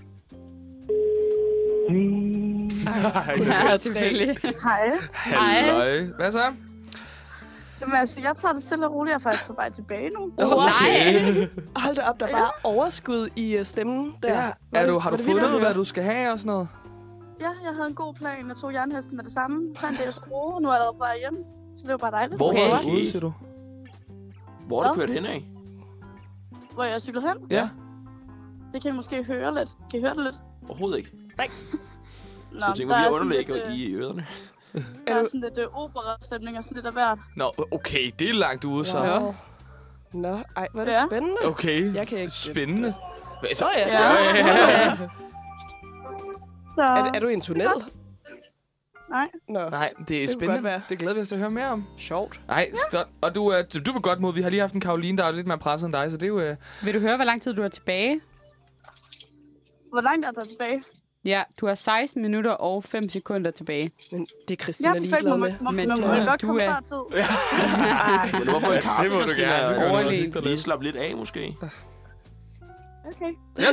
Ja, selvfølgelig. Hej. Halløj. Hvad så? Jamen altså, jeg tager det stille og roligt. Jeg er faktisk på vej tilbage nu. Nej. Hold da op, der er bare overskud i uh, stemmen der. Ja. Var Er det- du, har var du det vildt at fundet, høre? hvad du skal have og sådan noget? Ja, jeg havde en god plan. Jeg tog jernhesten med det samme. Fandt det, jeg skulle bruge. Nu er jeg allerede på vej hjem. Så det var bare dejligt. Hvor Okay. var du ude, siger du? Hvor er du Hvad? kørt hen af? Hvor jeg cyklede hen. Ja. Det kan I måske høre lidt. Kan I høre det lidt? Overhovedet ikke. Nå, Du tænker, der vi er har sådan underlæg lidt, øh, i ørerne. Der Er er du- sådan lidt øh, opera-stemning og sådan lidt af hvert. Nå, okay, det er langt ude, så. Wow. Nå, ej, hvor er det Ja. spændende. Okay, Jeg kan ikke spændende. Hvad så? Nå ja. Ja. Ja, ja, ja. Så... Er, er du i en tunnel? Nej. Nå, Nej, det er kunne spændende. godt være. Det glæder vi os til at høre mere om. sjovt. Nej, stop. Og du, er, du var godt mod. Vi har lige haft en Karoline, der er lidt mere presset end dig, så det er jo... Øh... Vil du høre, hvor lang tid du er tilbage? Hvor langt er der tilbage? Ja, du har seksten minutter og fem sekunder tilbage. Men det er Christina Ja, perfekt. ligeglad Må, med. må, Men må, du må man er- godt du komme er- før tid? Men du må få en kaffe, Det må du Christina, gerne. og Det gør Overlegen. noget. lige slappe lidt af, måske. Okay.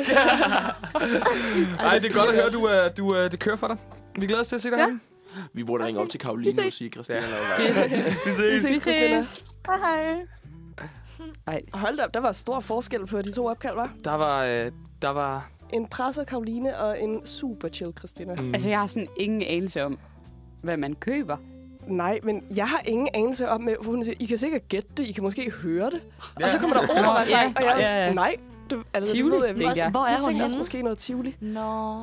Nej, det er godt at høre, du, er, du er, det kører for dig. Vi glæder os til at se dig Ja. herinde. Vi burde ringe op til Karoline og sige, Christina laver Vi Vi ses. ses, Christina. Hej hej. Hold da op, der var stor forskel på de to opkald, var? Der var... Øh, der var... En presset Karoline og en super chill Christina. Mm. Altså, jeg har sådan ingen anelse om, hvad man køber. Nej, men jeg har ingen anelse om, at hun siger, I kan sikkert gætte det, I kan måske høre det. Ja. Og så kommer der opera Ja, og jeg, ja, ja. nej. Du, altså, Tivoli, du ved, jeg, tænkte jeg. Hvor er jeg hun tænker også henne? måske noget Tivoli. Nå.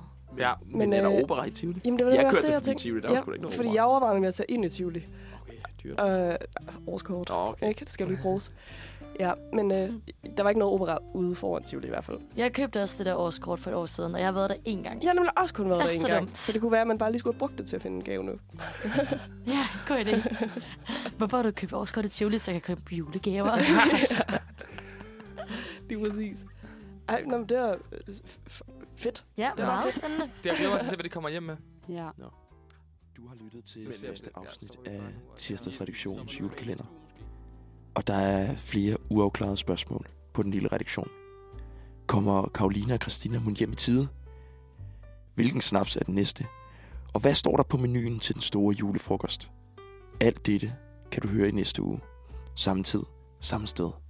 Ja. Men, Men, men er der øh, opera i Tivoli? Jamen, det var Jeg det, kørte også det, det jeg forbi tænkte. Tivoli, der var sgu da ikke noget fordi opera. jeg overvejede med at tage ind i Tivoli. dyrt. Øh, årskort. Oh, okay. Ikke? Det skal jo lige bruges. Ja, men øh, der var ikke noget opera ude foran Tivoli i hvert fald. Jeg købte også det der årskort for et år siden, og jeg har været der én gang. Jeg har nemlig også kun været Det der er en så gang. dumt. Så det kunne være, at man bare lige skulle have brugt det til at finde en gave nu. Ja, god idé. Hvorfor har du købt årskort i Tivoli, så jeg kan købe julegaver? Lige præcis. Ej, nå, men det er øh, f- f- fedt. Ja, Det var meget fedt. spændende. Det jeg glæder mig til at se, hvad de kommer hjem med. Ja. Du har lyttet til Men, første ja, afsnit ja, af tirsdagsredaktionens julekalender. Og der er flere uafklarede spørgsmål på den lille redaktion. Kommer Karoline og Christina mon hjem i tide? Hvilken snaps er den næste? Og hvad står der på menuen til den store julefrokost? Alt dette kan du høre i næste uge. Samme tid, samme sted.